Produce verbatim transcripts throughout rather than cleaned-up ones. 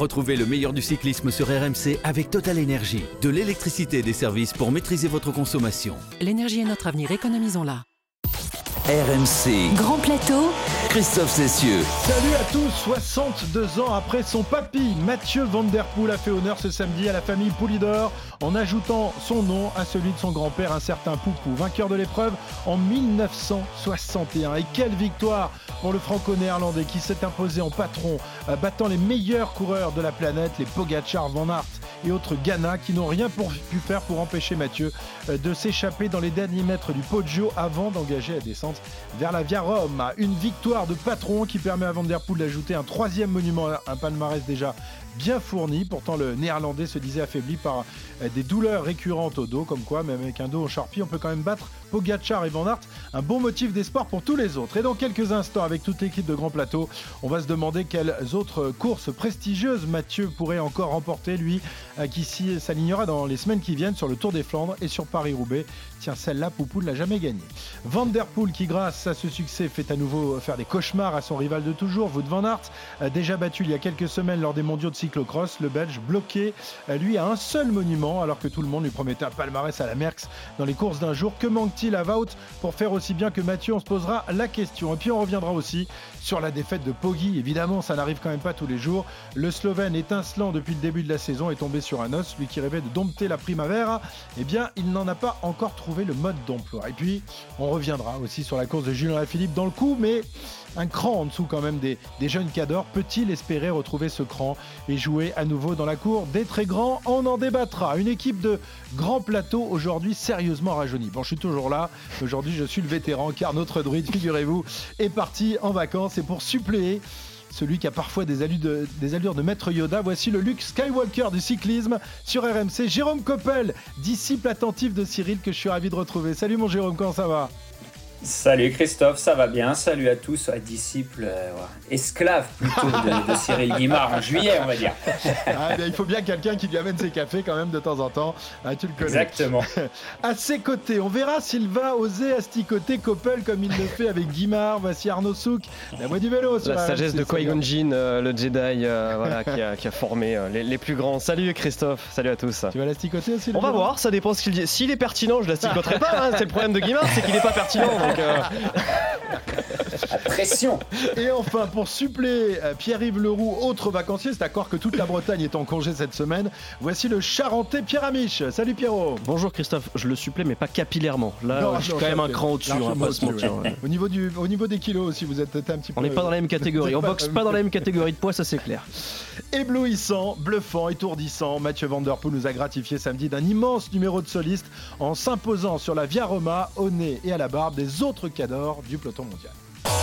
Retrouvez le meilleur du cyclisme sur R M C avec Total Énergie. De l'électricité et des services pour maîtriser votre consommation. L'énergie est notre avenir, économisons-la. R M C Grand Plateau, Christophe Cessieux. Salut à tous, soixante-deux ans après son papy, Mathieu Van Der Poel a fait honneur ce samedi à la famille Poulidor en ajoutant son nom à celui de son grand-père, un certain Poupou, vainqueur de l'épreuve en dix-neuf cent soixante et un. Et quelle victoire pour le franco-néerlandais qui s'est imposé en patron, battant les meilleurs coureurs de la planète, les Pogacar, Van Aert et autres Ghana qui n'ont rien pour, pu faire pour empêcher Mathieu de s'échapper dans les derniers mètres du Poggio avant d'engager la descente vers la Via Roma. Une victoire de patron qui permet à Van Der Poel d'ajouter un troisième monument, un palmarès déjà bien fourni. Pourtant le néerlandais se disait affaibli par des douleurs récurrentes au dos, comme quoi même avec un dos en charpie on peut quand même battre Pogacar et Van Aert. Un bon motif d'espoir pour tous les autres. Et dans quelques instants avec toute l'équipe de Grand Plateau, on va se demander quelles autres courses prestigieuses Mathieu pourrait encore remporter, lui qui s'alignera dans les semaines qui viennent sur le Tour des Flandres et sur Paris-Roubaix. Tiens, celle-là, Poupou ne l'a jamais gagnée. Van Der Poel qui, grâce à ce succès, fait à nouveau faire des cauchemars à son rival de toujours, Wout van Aert, déjà battu il y a quelques semaines lors des mondiaux de cyclocross. Le Belge bloqué, lui, à un seul monument, alors que tout le monde lui promettait un palmarès à la Merckx dans les courses d'un jour. Que manque-t-il à Wout pour faire aussi bien que Mathieu? On se posera la question. Et puis on reviendra aussi sur la défaite de Poggi. Évidemment, ça n'arrive quand même pas tous les jours. Le Slovène, étincelant depuis le début de la saison, est tombé sur un os. Lui qui rêvait de dompter la Primavera, eh bien, il n'en a pas encore trouvé le mode d'emploi. Et puis, on reviendra aussi sur la course de Julien Alaphilippe dans le coup, mais un cran en dessous quand même des, des jeunes cadors. Peut-il espérer retrouver ce cran et jouer à nouveau dans la cour des très grands? On en débattra. Une équipe de Grand Plateau aujourd'hui sérieusement rajeunie. Bon, je suis toujours là. Aujourd'hui, je suis le vétéran car notre druide, figurez-vous, est parti en vacances. Et pour suppléer celui qui a parfois des allures, de, des allures de maître Yoda, voici le Luke Skywalker du cyclisme sur R M C, Jérôme Coppel, disciple attentif de Cyril que je suis ravi de retrouver. Salut mon Jérôme, comment ça va? Salut Christophe, ça va bien. Salut à tous, à disciples, euh, ouais. esclaves plutôt de, de Cyril Guimard en juillet, on va dire. Ah, bien, il faut bien quelqu'un qui lui amène ses cafés quand même de temps en temps. Ah, tu le connais. Exactement. À ses côtés, on verra s'il va oser asticoter Coppel comme il le fait avec Guimard. Voici Arnaud Souk, la voix du vélo. La sagesse de Qui-Gon Jinn, euh, le Jedi, euh, voilà, qui, a, qui a formé euh, les, les plus grands. Salut Christophe, salut à tous. Tu vas l'asticoter aussi? On va voir, ça dépend ce qu'il dit. S'il est pertinent, je l'asticoterai pas. Hein. C'est le problème de Guimard, c'est qu'il n'est pas pertinent. Donc, euh... La pression. Et enfin, pour suppléer Pierre-Yves Leroux, autre vacancier, c'est à croire que toute la Bretagne est en congé cette semaine. Voici le Charentais Pierre Amiche. Salut Pierrot. Bonjour Christophe, je le supplée mais pas capillairement. Là, non, je suis non, quand même un cran au-dessus, on va pas se mentir. Ouais. Au, niveau du, au niveau des kilos aussi, vous êtes un petit peu... On n'est pas dans la même catégorie, on boxe pas dans la même catégorie de poids, ça c'est clair. Éblouissant, bluffant, étourdissant, Mathieu Van Der Poel nous a gratifié samedi d'un immense numéro de soliste en s'imposant sur la Via Roma au nez et à la barbe des autres cadors du peloton mondial.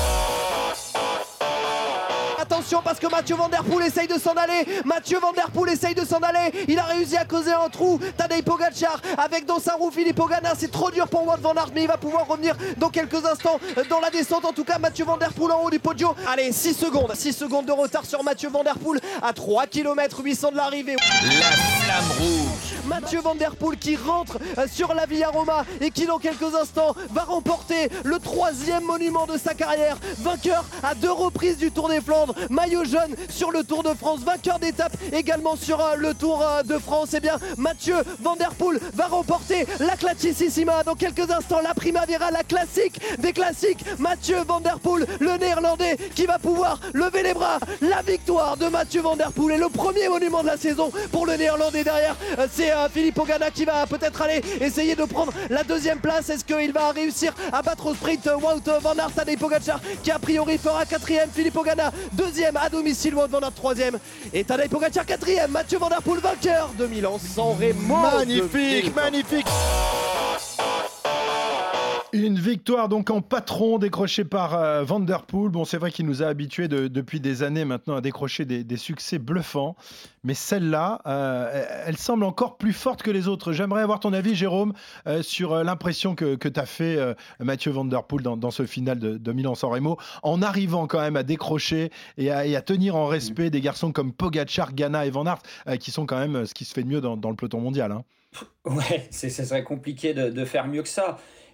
Attention parce que Mathieu Van Der Poel essaye de s'en aller. Mathieu Van Der Poel essaye de s'en aller. Il a réussi à causer un trou. Tadej Pogacar avec dans sa roue Filippo Ganna. C'est trop dur pour Wout van Aert, mais il va pouvoir revenir dans quelques instants dans la descente. En tout cas, Mathieu Van Der Poel en haut du Poggio. Allez, six secondes. six secondes de retard sur Mathieu Van Der Poel à trois kilomètres huit cents de l'arrivée. La flamme rouge. Mathieu Van Der Poel qui rentre sur la Via Roma et qui dans quelques instants va remporter le troisième monument de sa carrière. Vainqueur à deux reprises du Tour des Flandres, maillot jaune sur le Tour de France, vainqueur d'étape également sur le Tour de France. Et bien Mathieu Van Der Poel va remporter la Classicissima dans quelques instants, la Primavera, la classique des classiques. Mathieu Van Der Poel, le néerlandais qui va pouvoir lever les bras. La victoire de Mathieu Van Der Poel est le premier monument de la saison pour le néerlandais. Derrière c'est Filippo Ganna qui va peut-être aller essayer de prendre la deuxième place. Est-ce qu'il va réussir à battre au sprint Wout van Aert? Tadej Pogacar qui a priori fera quatrième, Filippo Ganna deuxième à domicile, Wout van Aert troisième et Tadej Pogacar quatrième. Mathieu Van Der Poel vainqueur de Milan San Remo. Magnifique, magnifique. Une victoire donc en patron décrochée par euh, Van Der Poel. Bon, c'est vrai qu'il nous a habitués de, depuis des années maintenant à décrocher des, des succès bluffants. Mais celle-là, euh, elle semble encore plus forte que les autres. J'aimerais avoir ton avis, Jérôme, euh, sur euh, l'impression que, que t'as fait euh, Mathieu Van Der Poel dans, dans ce final de, de Milan-San Remo, en arrivant quand même à décrocher et à, et à tenir en respect des garçons comme Pogacar, Ganna et Van Aert, euh, qui sont quand même ce qui se fait de mieux dans, dans le peloton mondial. Hein. Ouais, c'est, ce serait compliqué de, de faire mieux que ça.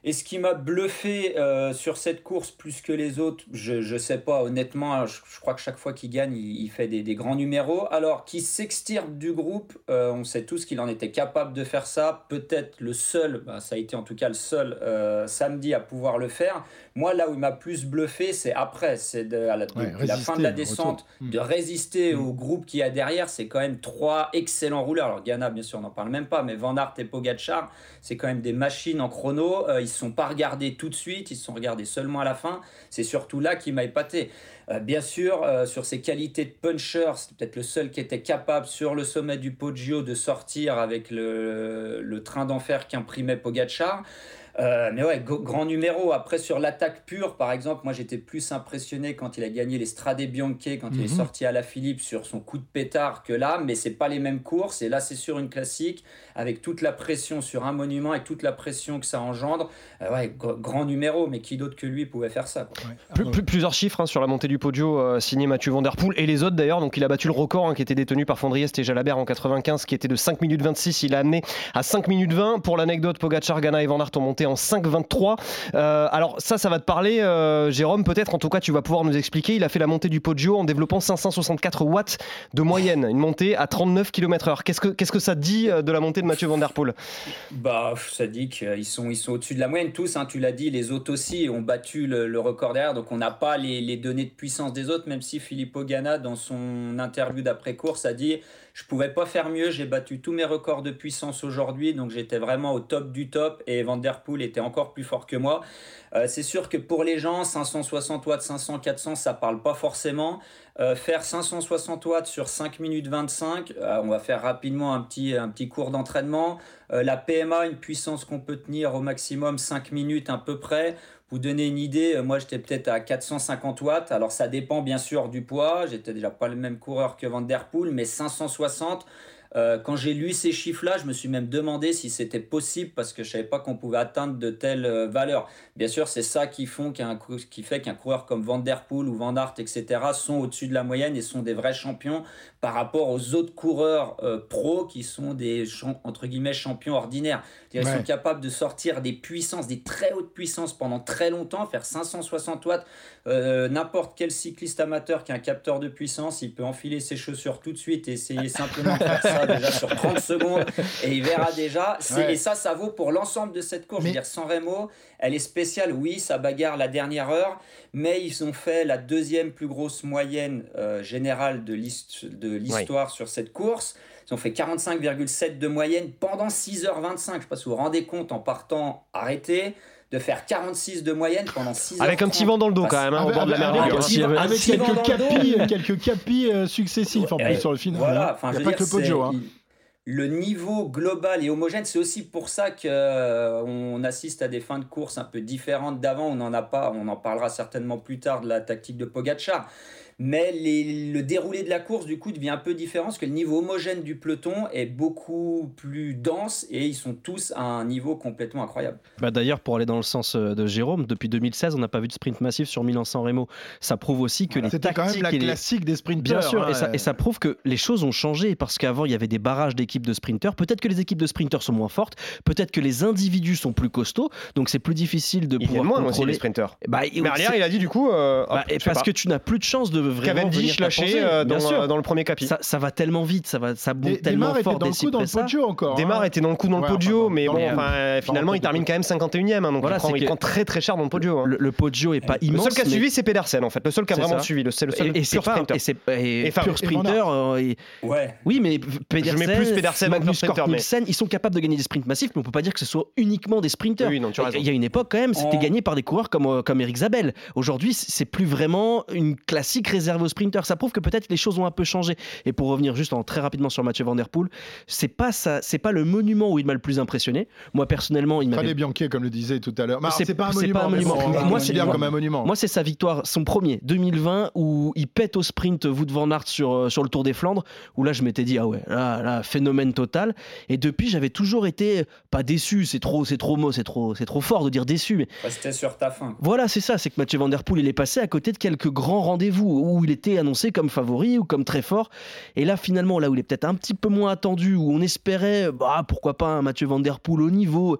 Et ce qui m'a bluffé euh, sur cette course plus que les autres, je ne sais pas, honnêtement, je, je crois que chaque fois qu'il gagne, il, il fait des, des grands numéros. Alors qu'il s'extirpe du groupe, euh, on sait tous qu'il en était capable de faire ça. Peut-être le seul, bah, ça a été en tout cas le seul euh, samedi à pouvoir le faire. Moi, là où il m'a plus bluffé, c'est après, c'est de, à la, ouais, depuis la fin de la descente, de résister mmh. au groupe qui y a derrière. C'est quand même trois excellents rouleurs. Alors Ganna, bien sûr, on n'en parle même pas, mais Van Aert et Pogačar, c'est quand même des machines en chrono. Euh, ils ne se sont pas regardés tout de suite, ils se sont regardés seulement à la fin. C'est surtout là qui m'a épaté. Euh, bien sûr, euh, sur ses qualités de puncher, c'est peut-être le seul qui était capable sur le sommet du Poggio de sortir avec le, le train d'enfer qu'imprimait Pogačar. Euh, mais ouais, go- grand numéro. Après, sur l'attaque pure, par exemple, moi j'étais plus impressionné quand il a gagné les Strade Bianche, quand mm-hmm. il est sorti à la Philippe sur son coup de pétard que là, mais c'est pas les mêmes courses. Et là, c'est sur une classique avec toute la pression sur un monument, avec toute la pression que ça engendre. Euh, ouais, g- grand numéro, mais qui d'autre que lui pouvait faire ça, quoi. Ouais. Plus, plus, plusieurs chiffres hein, sur la montée du Poggio, euh, signé Mathieu Van Der Poel et les autres d'ailleurs. Donc il a battu le record hein, qui était détenu par Fondriest et Jalabert en quatre-vingt-quinze, qui était de cinq minutes vingt-six. Il a amené à cinq minutes vingt. Pour l'anecdote, Pogačar, Ganna et Van Aert ont monté en cinq vingt-trois. Euh, alors ça, ça va te parler, euh, Jérôme, peut-être, en tout cas, tu vas pouvoir nous expliquer. Il a fait la montée du Poggio en développant cinq cent soixante-quatre watts de moyenne, une montée à trente-neuf kilomètres heure. Qu'est-ce que, qu'est-ce que ça dit de la montée de Mathieu Van Der Poel ? Bah, ça dit qu'ils sont, ils sont au-dessus de la moyenne, tous, hein, tu l'as dit, les autres aussi ont battu le, le record derrière, donc on n'a pas les, les données de puissance des autres, même si Filippo Ganna, dans son interview d'après-course, a dit « Je pouvais pas faire mieux, j'ai battu tous mes records de puissance aujourd'hui, donc j'étais vraiment au top du top, et Van Der Poel était encore plus fort que moi. Euh, c'est sûr que pour les gens, cinq cent soixante watts, cinq cents, quatre cents, ça parle pas forcément. Euh, faire cinq cent soixante watts sur cinq minutes vingt-cinq, euh, on va faire rapidement un petit, un petit cours d'entraînement. Euh, la P M A, une puissance qu'on peut tenir au maximum cinq minutes à peu près. Vous donner une idée, moi j'étais peut-être à quatre cent cinquante watts, alors ça dépend bien sûr du poids, j'étais déjà pas le même coureur que Van Der Poel, mais cinq cent soixante, euh, quand j'ai lu ces chiffres-là, je me suis même demandé si c'était possible parce que je savais pas qu'on pouvait atteindre de telles euh, valeurs. Bien sûr, c'est ça qui, font qu'un, qui fait qu'un coureur comme Van Der Poel ou Van Aert, et cetera sont au-dessus de la moyenne et sont des vrais champions par rapport aux autres coureurs euh, pros qui sont des entre guillemets champions ordinaires. Ils ouais. sont capables de sortir des puissances, des très hautes puissances pendant très longtemps, faire cinq cent soixante watts. Euh, n'importe quel cycliste amateur qui a un capteur de puissance, il peut enfiler ses chaussures tout de suite et essayer simplement de faire ça déjà sur trente secondes et il verra déjà. C'est, ouais. Et ça, ça vaut pour l'ensemble de cette course. Mais... Je veux dire, San Remo, elle est spéciale. Oui, ça bagarre la dernière heure, mais ils ont fait la deuxième plus grosse moyenne euh, générale de, l'hist- de l'histoire ouais. sur cette course. Ils ont fait quarante-cinq virgule sept de moyenne pendant six heures vingt-cinq. Je ne sais pas si vous vous rendez compte en partant arrêté de faire quarante-six de moyenne pendant six heures. Avec un petit vent dans le dos quand même, hein, au bord de la mer. Avec, avec, avec quelques capis, quelques capis euh, successifs en plus sur le final. Voilà, il n'y a pas dire, que le Poggio. Hein. Le niveau global et homogène, c'est aussi pour ça qu'on euh, assiste à des fins de course un peu différentes d'avant. On n'en a pas, on en parlera certainement plus tard de la tactique de Pogačar. Mais les, le déroulé de la course, du coup, devient un peu différent parce que le niveau homogène du peloton est beaucoup plus dense et ils sont tous à un niveau complètement incroyable. Bah d'ailleurs, pour aller dans le sens de Jérôme, depuis deux mille seize, on n'a pas vu de sprint massif sur Milan-San Remo. Ça prouve aussi que voilà, les c'était tactiques... C'était quand même la classique les... des sprinters. Bien sûr, hein, et, ça, et ça prouve que les choses ont changé parce qu'avant, il y avait des barrages d'équipes de sprinters. Peut-être que les équipes de sprinters sont moins fortes, peut-être que les individus sont plus costauds, donc c'est plus difficile de il pouvoir moins contrôler... aussi les sprinters. Bah, mais Arrière, il a dit du coup... Euh, bah, hop, parce que tu n'as plus de chance de vraiment Cavendish lâché euh, dans, euh, dans le premier capi. Ça, ça va tellement vite, ça va, ça monte tellement Desmar fort. Était dans le coup dans le Poggio encore. Desmar hein. était dans le coup dans ouais, le Poggio, mais bon, mais enfin, euh, finalement il termine quand même cinquante et unième, hein, donc voilà, il, prend, il prend très très cher dans le Poggio. Hein. Le, le Poggio est pas le immense. Le seul qui a mais... suivi, c'est Pedersen en fait. Le seul qui a vraiment ça. suivi. C'est le seul et, et c'est pur pas, sprinter. Et c'est et et pur sprinter. Euh, et... Ouais. Oui, mais Pedersen, je mets plus Pedersen en pur sprinter, mais ils sont capables de gagner des sprints massifs, mais on peut pas dire que ce soit uniquement des sprinters. Oui, non, tu as raison. Il y a une époque quand même, c'était oh. gagné par des coureurs comme comme Eric Zabel. Aujourd'hui, c'est plus vraiment une classique réservée aux sprinters. Ça prouve que peut-être les choses ont un peu changé. Et pour revenir juste en, très rapidement sur Mathieu Van Der Poel, c'est pas ça, c'est pas le monument où il m'a le plus impressionné. Moi personnellement, il m'avait. Pas les Bianchi comme le disait tout à l'heure. Mais c'est, c'est pas un c'est monument. Pas un monument. Bon, moi, c'est bien comme un monument. Moi, c'est sa victoire, son premier deux mille vingt où il pète au sprint Wout van Aert sur sur le Tour des Flandres. Où là, je m'étais dit ah ouais, là, là, phénomène total. Et depuis, j'avais toujours été pas déçu. C'est trop, c'est trop mot, c'est trop, c'est trop fort de dire déçu. Mais ouais, c'était sur ta fin. Voilà, c'est ça. C'est que Mathieu Van Der Poel, il est passé à côté de quelques grands rendez-vous où il était annoncé comme favori ou comme très fort. Et là, finalement, là où il est peut-être un petit peu moins attendu, où on espérait, bah, pourquoi pas un Mathieu Van Der Poel au niveau,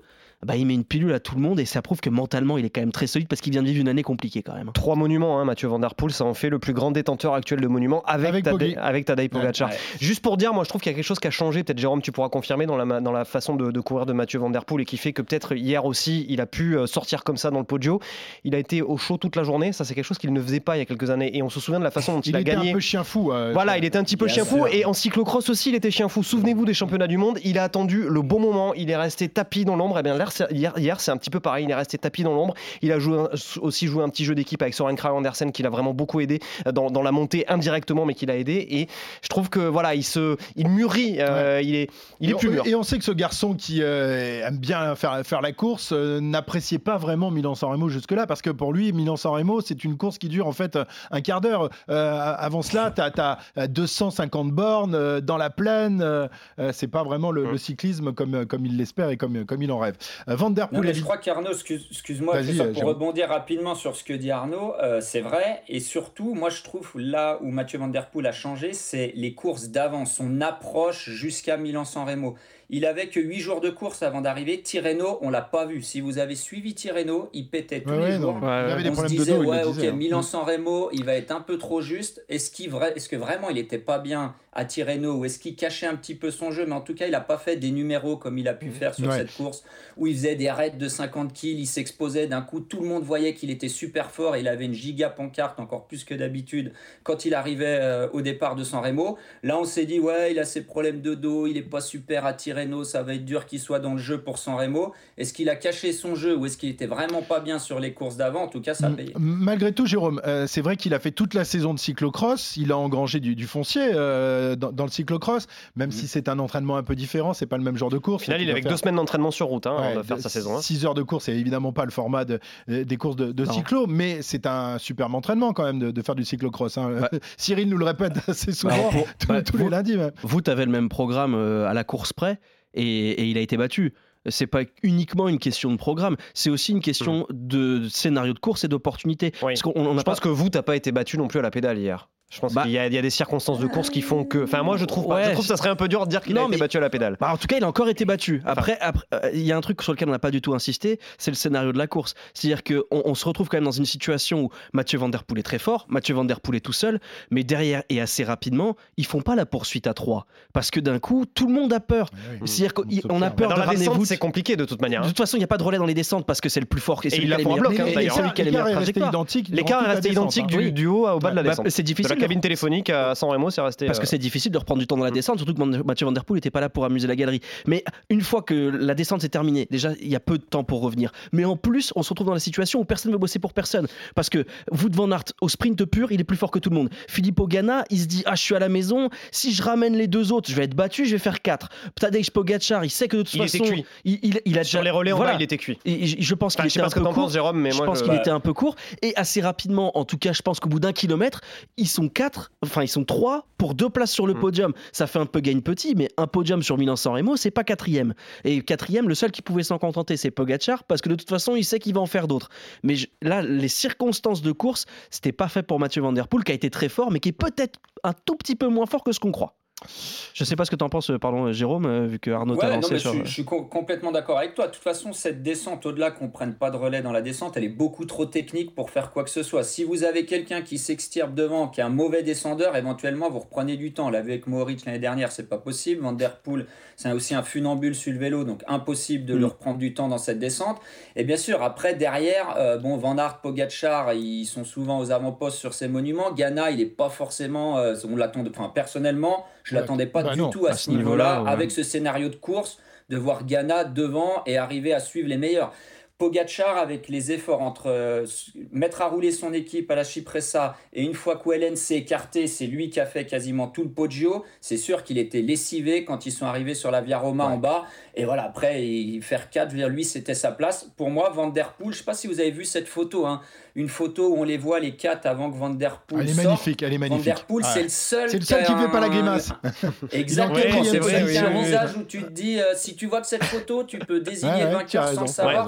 bah, il met une pilule à tout le monde et ça prouve que mentalement il est quand même très solide parce qu'il vient de vivre une année compliquée quand même. Trois monuments, hein, Mathieu Van Der Poel, ça en fait le plus grand détenteur actuel de monuments avec, avec, Tadej, avec Tadej Pogacar. Ouais, ouais. Juste pour dire, moi je trouve qu'il y a quelque chose qui a changé, peut-être Jérôme tu pourras confirmer dans la, dans la façon de, de courir de Mathieu Van Der Poel et qui fait que peut-être hier aussi il a pu sortir comme ça dans le Poggio. Il a été au chaud toute la journée, ça c'est quelque chose qu'il ne faisait pas il y a quelques années et on se souvient de la façon dont il, il a était gagné. un peu chien fou. Euh, voilà, il était un petit peu chien fou et en cyclocross aussi il était chien fou. Souvenez-vous des championnats du monde, il a attendu le bon moment, il est resté tapis dans l'ombre. Et bien hier, hier c'est un petit peu pareil, il est resté tapis dans l'ombre. Il a joué un, aussi joué un petit jeu d'équipe avec Søren Kragh Andersen qui l'a vraiment beaucoup aidé dans, dans la montée indirectement, mais qui l'a aidé. Et je trouve que voilà, il se, il mûrit, euh, ouais. il est, il est et plus on, mûr. Et on sait que ce garçon qui euh, aime bien faire, faire la course euh, n'appréciait pas vraiment Milan-San Remo jusque-là, parce que pour lui, Milan-San Remo, c'est une course qui dure en fait un quart d'heure. Euh, avant cela, tu as deux cent cinquante bornes euh, dans la plaine. Euh, c'est pas vraiment le, mmh. le cyclisme comme, comme il l'espère et comme, comme il en rêve. Euh, Van Der Poel. Non, mais je crois qu'Arnaud, excuse, excuse-moi, Vas-y, pour euh, rebondir rapidement sur ce que dit Arnaud, euh, c'est vrai. Et surtout, moi, je trouve là où Mathieu Van Der Poel a changé, c'est les courses d'avant, son approche jusqu'à Milan-San Remo. Il avait que huit jours de course avant d'arriver. Tirreno, on l'a pas vu. Si vous avez suivi Tirreno, il pétait tous ouais, les jours. Ouais, il avait des on problèmes se disait, de dos, ouais, il ok, disait, hein. Milan-San Remo, il va être un peu trop juste. Est-ce, qu'il vra... Est-ce que vraiment il était pas bien à Tirreno ou est-ce qu'il cachait un petit peu son jeu? Mais en tout cas, il n'a pas fait des numéros comme il a pu faire sur ouais. cette course où il faisait des raids de cinquante kills, il s'exposait d'un coup. Tout le monde voyait qu'il était super fort. Il avait une giga pancarte, encore plus que d'habitude, quand il arrivait euh, au départ de San Remo. Là, on s'est dit, ouais, il a ses problèmes de dos, il n'est pas super à Tirreno, ça va être dur qu'il soit dans le jeu pour San Remo. Est-ce qu'il a caché son jeu ou est-ce qu'il était vraiment pas bien sur les courses d'avant? En tout cas, ça a payé. Malgré tout, Jérôme, euh, c'est vrai qu'il a fait toute la saison de cyclocross, il a engrangé du, du foncier euh, dans, dans le cyclocross, même mmh. si c'est un entraînement un peu différent, c'est pas le même genre de course. Au final, il avait faire... deux semaines d'entraînement sur route hein, ouais, avant de faire sa saison. Hein. six heures de course, c'est évidemment pas le format de, des courses de, de cyclo, mais c'est un superbe entrainement quand même de, de faire du cyclocross. Hein. Ouais. Cyril nous le répète assez souvent, bah, pour, tous, bah, tous vous, les lundis même. Vous, tu avais le même programme euh, à la course près et, et il a été battu. C'est pas uniquement une question de programme, c'est aussi une question mmh. de scénario de course et d'opportunité. Oui. Parce qu'on, on Je pas... pense que vous, t'as pas été battu non plus à la pédale hier. Je pense bah, qu'il y a, il y a des circonstances de course qui font que. Enfin, moi, je trouve, ouais, pas, je trouve que ça serait un peu dur de dire qu'il non, a été battu à la pédale. Bah, en tout cas, il a encore été battu. Après, il après, euh, y a un truc sur lequel on n'a pas du tout insisté, c'est le scénario de la course. C'est-à-dire qu'on on se retrouve quand même dans une situation où Mathieu Van Der Poel est très fort, Mathieu Van Der Poel est tout seul, mais derrière et assez rapidement, ils font pas la poursuite à trois. Parce que d'un coup, tout le monde a peur. Ouais, oui, C'est-à-dire qu'on a peur dans de la ramener descente, c'est compliqué de toute manière. De toute façon, il n'y a pas de relais dans les descentes parce que c'est le plus fort. Et il l'a pour un bloc, d'ailleurs. Celui qui a les meilleures trajectoires. L'écart est resté identique du haut au bas de la descente. C'est difficile. De la cabine téléphonique à San Remo, c'est resté. Parce que c'est difficile de reprendre du temps dans la descente, surtout que Mathieu Van Der Poel n'était pas là pour amuser la galerie. Mais une fois que la descente s'est terminée, déjà il y a peu de temps pour revenir. Mais en plus, on se retrouve dans la situation où personne ne veut bosser pour personne. Parce que Wout van Aert, au sprint pur, il est plus fort que tout le monde. Filippo Ganna, il se dit ah je suis à la maison, si je ramène les deux autres, je vais être battu, je vais faire quatre. Tadej Pogacar, il sait que de toute il façon, était cuit. Il, il, il a sur déjà... les relais en voilà. bas, il était cuit. Et je, je pense enfin, qu'il je était un peu court. Penses, Jérôme, mais je moi, pense je... qu'il bah... était un peu court. Et assez rapidement, en tout cas, je pense qu'au bout d'un kilomètre, ils sont quatre, enfin ils sont trois pour deux places sur le podium. Ça fait un peu gagne petit, mais un podium sur Milan-San Remo, c'est pas quatrième. Et quatrième, le seul qui pouvait s'en contenter, c'est Pogacar, parce que de toute façon, il sait qu'il va en faire d'autres. Mais je, là, les circonstances de course, c'était pas fait pour Mathieu Van Der Poel, qui a été très fort, mais qui est peut-être un tout petit peu moins fort que ce qu'on croit. Je sais pas ce que tu en penses, pardon Jérôme, vu que Arnaud t'a ouais, lancé non, sur... Je, je suis co- complètement d'accord avec toi. De toute façon, cette descente, au-delà qu'on prenne pas de relais dans la descente, elle est beaucoup trop technique pour faire quoi que ce soit. Si vous avez quelqu'un qui s'extirpe devant, qui est un mauvais descendeur, éventuellement vous reprenez du temps. On l'a vu avec Mohoric l'année dernière, c'est pas possible. Van Der Poel, c'est aussi un funambule sur le vélo, donc impossible de mmh. lui reprendre du temps dans cette descente. Et bien sûr, après, derrière, euh, bon, Van Aert, Pogacar, ils sont souvent aux avant-postes sur ces monuments. Ganna, il est pas forcément... Euh, on l'attend, enfin, personnellement, je ouais. l'attendais pas bah du non, tout à, à ce niveau-là, niveau-là ouais. avec ce scénario de course, de voir Ganna devant et arriver à suivre les meilleurs. Pogacar, avec les efforts entre euh, mettre à rouler son équipe à la Cipressa et une fois qu'Oelen s'est écarté, c'est lui qui a fait quasiment tout le Poggio. C'est sûr qu'il était lessivé quand ils sont arrivés sur la Via Roma ouais. en bas. Et voilà, après, il, faire quatre, je veux dire, lui, c'était sa place. Pour moi, Van Der Poel, je ne sais pas si vous avez vu cette photo, hein, une photo où on les voit, les quatre, avant que Van Der Poel Elle est sorte. magnifique, elle est magnifique. Van Der Poel, ouais. c'est le seul, c'est le seul qui ne fait pas la grimace. Exactement, ouais, c'est oui, un oui, visage oui. où tu te dis, euh, si tu vois que cette photo, tu peux désigner ouais, le vainqueur sans raison, savoir. raison. C'est le seul Allez.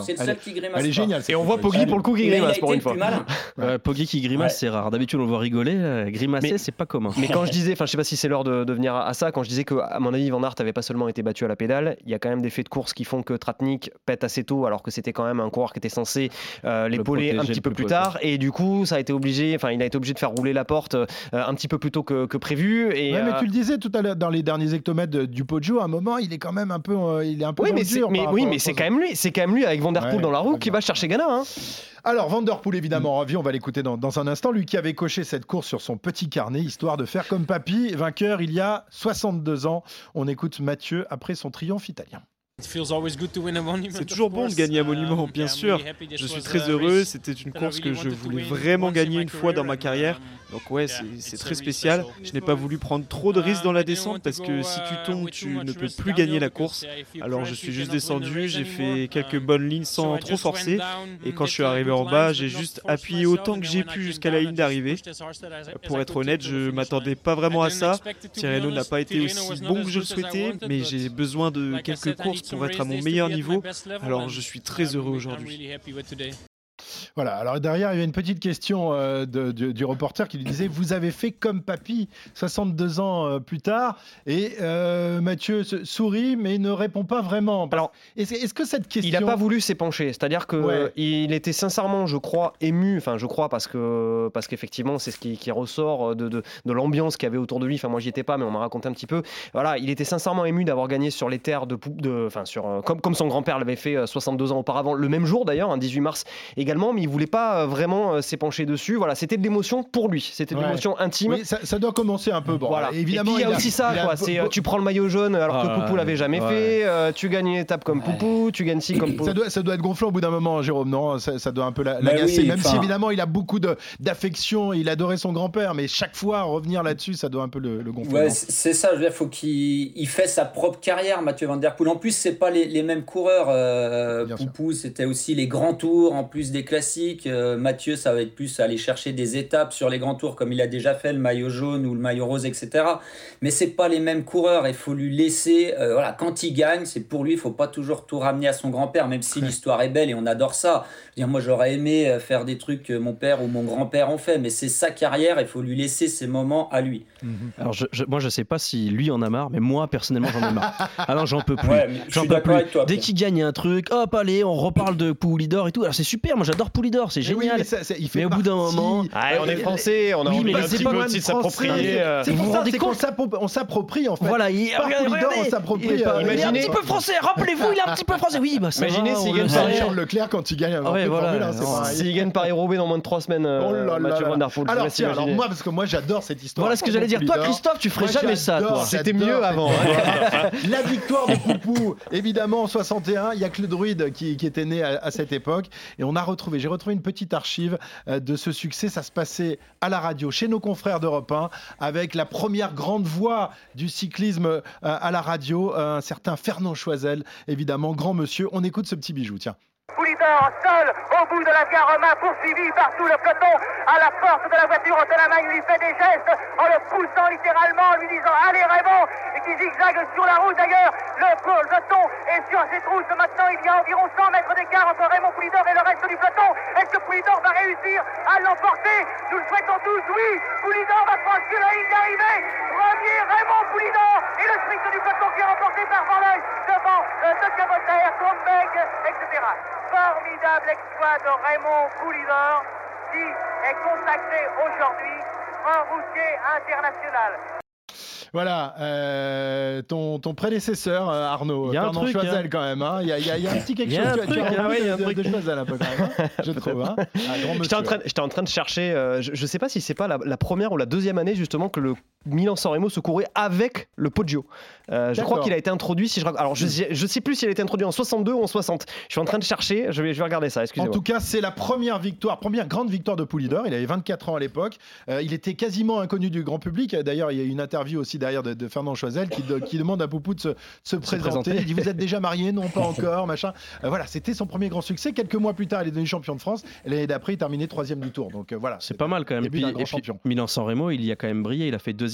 qui grimace. Elle est géniale. Et on voit Poggi pour le coup qui grimace pour une fois. Ouais, Poggi qui grimace, Ouais. c'est rare. D'habitude, on le voit rigoler. euh, Grimacer, Mais- c'est pas commun. Mais quand je disais, enfin je sais pas si c'est l'heure de, de venir à ça, quand je disais que à mon avis Van Aert avait pas seulement été battu à la pédale, il y a quand même des faits de course qui font que Tratnik pète assez tôt alors que c'était quand même un coureur qui était censé euh, l'épauler protéger un le petit peu plus plus tard et du coup ça a été obligé, enfin il a été obligé de faire rouler la porte euh, un petit peu plus tôt que, que prévu. Et, Ouais, mais euh, tu le disais tout à l'heure dans les derniers hectomètres de- du Poggio, à un moment, il est quand même un peu, euh, il est un peu oui dans mais, le c'est, dur mais, par oui, rapport mais aux c'est autres. quand même lui, c'est quand même lui avec Van Der Poel Ouais, dans la roue très qui bien. va chercher Ghana. Hein. Alors, Van Der Poel, évidemment, ravi, on va l'écouter dans, dans un instant. Lui qui avait coché cette course sur son petit carnet, histoire de faire comme papy, vainqueur il y a soixante-deux ans. On écoute Mathieu après son triomphe italien. C'est toujours bon de gagner un monument, bien sûr. Je suis très heureux, c'était une course que je voulais vraiment gagner une fois dans ma carrière. Donc ouais, c'est c'est très spécial. Je n'ai pas voulu prendre trop de risques dans la descente parce que si tu tombes, tu ne peux plus gagner la course. Alors je suis juste descendu, j'ai fait quelques bonnes lignes sans trop forcer. Et quand je suis arrivé en bas, j'ai juste appuyé autant que j'ai pu jusqu'à la ligne d'arrivée. Pour être honnête, je m'attendais pas vraiment à ça. Tirreno n'a pas été aussi bon que je le souhaitais, mais j'ai besoin de quelques courses pour être à mon meilleur niveau. Alors je suis très heureux aujourd'hui. Voilà, alors derrière, il y a une petite question euh, de- du, du reporter qui lui disait « Vous avez fait comme papy soixante-deux ans euh, plus tard ?» Et euh, Mathieu se- sourit, mais ne répond pas vraiment. Alors, est-ce, est-ce que cette question... Il n'a pas voulu s'épancher, c'est-à-dire que Ouais. il était sincèrement, je crois, ému. Enfin, je crois parce que parce qu'effectivement, c'est ce qui, qui ressort de, de, de l'ambiance qu'il y avait autour de lui. Enfin, moi, j'y étais pas, mais on m'a raconté un petit peu. Voilà, il était sincèrement ému d'avoir gagné sur les terres de, Pou- de enfin, sur euh, comme comme son grand-père l'avait fait euh, soixante-deux ans auparavant, le même jour d'ailleurs, un dix-huit mars également. Mais il voulait pas euh, vraiment euh, s'épancher dessus. Voilà, c'était de l'émotion pour lui. C'était de Ouais. l'émotion intime. Oui, ça, ça doit commencer un peu. Bon, Voilà. évidemment, et puis il y a il aussi ça, il a quoi. be- C'est, euh, be- tu prends le maillot jaune alors que Ah, Poupou l'avait jamais ouais. fait. euh, tu gagnes une étape comme Poupou, tu gagnes ci comme Poupou. Ça doit, ça doit être gonflant au bout d'un moment, Jérôme, non ça, ça doit un peu la- Bah l'agacer, oui, même si enfin- évidemment il a beaucoup de, d'affection, il adorait son grand-père, mais chaque fois revenir là-dessus, ça doit un peu le, le gonfler. Ouais, non c'est c'est ça, je veux dire, faut qu'il il fait sa propre carrière, Mathieu Van Der Poel. En plus, c'est pas les, les mêmes coureurs. Euh, Bien sûr. Poupou, c'était aussi les grands tours, en plus des classiques. Euh, Mathieu, ça va être plus aller chercher des étapes sur les grands tours, comme il a déjà fait, le maillot jaune ou le maillot rose, et cetera. Mais c'est pas les mêmes coureurs, il faut lui laisser... euh, voilà, quand il gagne, c'est pour lui, il faut pas toujours tout ramener à son grand-père, même si l'histoire est belle et on adore ça. Je veux dire, moi, j'aurais aimé euh, faire des trucs que mon père ou mon grand-père ont fait, mais c'est sa carrière, il faut lui laisser ses moments à lui. Alors, je, je- moi, je sais pas si lui en a marre, mais moi, personnellement, j'en ai marre. Ah non, j'en peux plus. Ouais, mais je J'en suis peux d'accord plus. avec toi, Dès Pierre. qu'il gagne un truc, hop, allez, on reparle de Poulidor et tout. Alors, c'est super, moi, j'adore Poulidor, c'est Mais oui, génial. mais ça- ça- il fait Mais au bout d'un partie- moment- Ah, on Euh, est français, on a oui, envie mais un c'est petit pas peu même aussi de français, s'approprier. euh, C'est Vous pour vous ça, rendez c'est qu'on compte s'approprie, on s'approprie en fait. Voilà, il, Par regardez, Poulidor, regardez, on s'approprie, il est, pas- euh, il est un imaginez- petit peu français, rappelez-vous, il est un petit peu français. Oui, bah ça Imaginez va, s'il on gagne le ça. sait. Charles Leclerc quand il gagne un Ah Grand ouais, Prix de voilà. Formule un, c'est Non, pareil. S'il gagne Paris-Roubaix dans moins de trois semaines, euh, Oh là là Mathieu là Van là. Der Poel, je vous Alors laisse tiens, alors imaginer. moi parce que moi j'adore cette histoire. Voilà ce que j'allais dire. Toi, Poulidor. Christophe, tu ferais Moi, jamais ça, j'adore, toi. C'était j'adore mieux cette avant. histoire. La victoire de Poupou, évidemment en soixante et un, il y a que le druide qui, qui était né à, à cette époque et on a retrouvé, j'ai retrouvé une petite archive euh, de ce succès, ça se passait à la radio chez nos confrères d'Europe un avec la première grande voix du cyclisme euh, à la radio, euh, un certain Fernand Choisel, évidemment, grand monsieur. On écoute ce petit bijou, tiens. Poulidor, seul, au bout de la via Romain, poursuivi par tout le peloton, à la porte de la voiture, en la main, il lui fait des gestes, en le poussant littéralement, en lui disant « Allez Raymond !» et qui zigzague sur la route d'ailleurs. Le peloton est sur ses trousses maintenant, il y a environ cent mètres d'écart entre Raymond Poulidor et le reste du peloton. Est-ce que Poulidor va réussir à l'emporter? Nous le souhaitons tous, oui. Poulidor va franchir la ligne d'arrivée. Premier Raymond Poulidor et le sprint du peloton qui est remporté par Van Looy devant euh, De Cabotaire, Kronbeck, et cetera. Formidable exploit de Raymond Poulidor qui est consacré aujourd'hui en routier international. Voilà, euh, ton, ton prédécesseur, euh, Arnaud, Il y a un Fernand truc, Choisel hein. quand même. hein. Il y, a, il y a- il y a un petit quelque Il y a chose. un Tu as- tu truc, as hein, envie ouais, il y a un de, truc. de Choisel un peu quand même, hein, je trouve. Hein. Un grand J'étais en, monsieur. train, j'étais en train de chercher, euh, je ne sais pas si c'est pas la, la première ou la deuxième année justement que le Milan-San Remo se courait avec le Poggio. Euh, je crois D'accord. qu'il a été introduit, si je rac- alors je ne sais plus s'il a été introduit en soixante-deux ou en soixante. Je suis en train de chercher, je vais, je vais regarder ça, En excusez-moi. tout cas, c'est la première victoire, première grande victoire de Poulidor. Il avait vingt-quatre ans à l'époque. Euh, il était quasiment inconnu du grand public. D'ailleurs, il y a une interview aussi derrière de, de Fernand Choisel qui, de- qui demande à Poupou de se, de se présenter. présenter. Il dit vous êtes déjà marié? Non, pas encore, machin. Euh, voilà, c'était son premier grand succès. Quelques mois plus tard, il est devenu champion de France. Et l'année d'après, il terminait troisième du Tour. Donc euh, voilà, C'est pas mal quand même. Et Début puis, d'un grand et puis champion. Milan-San Remo, il y a quand même brillé. Il a fait deuxième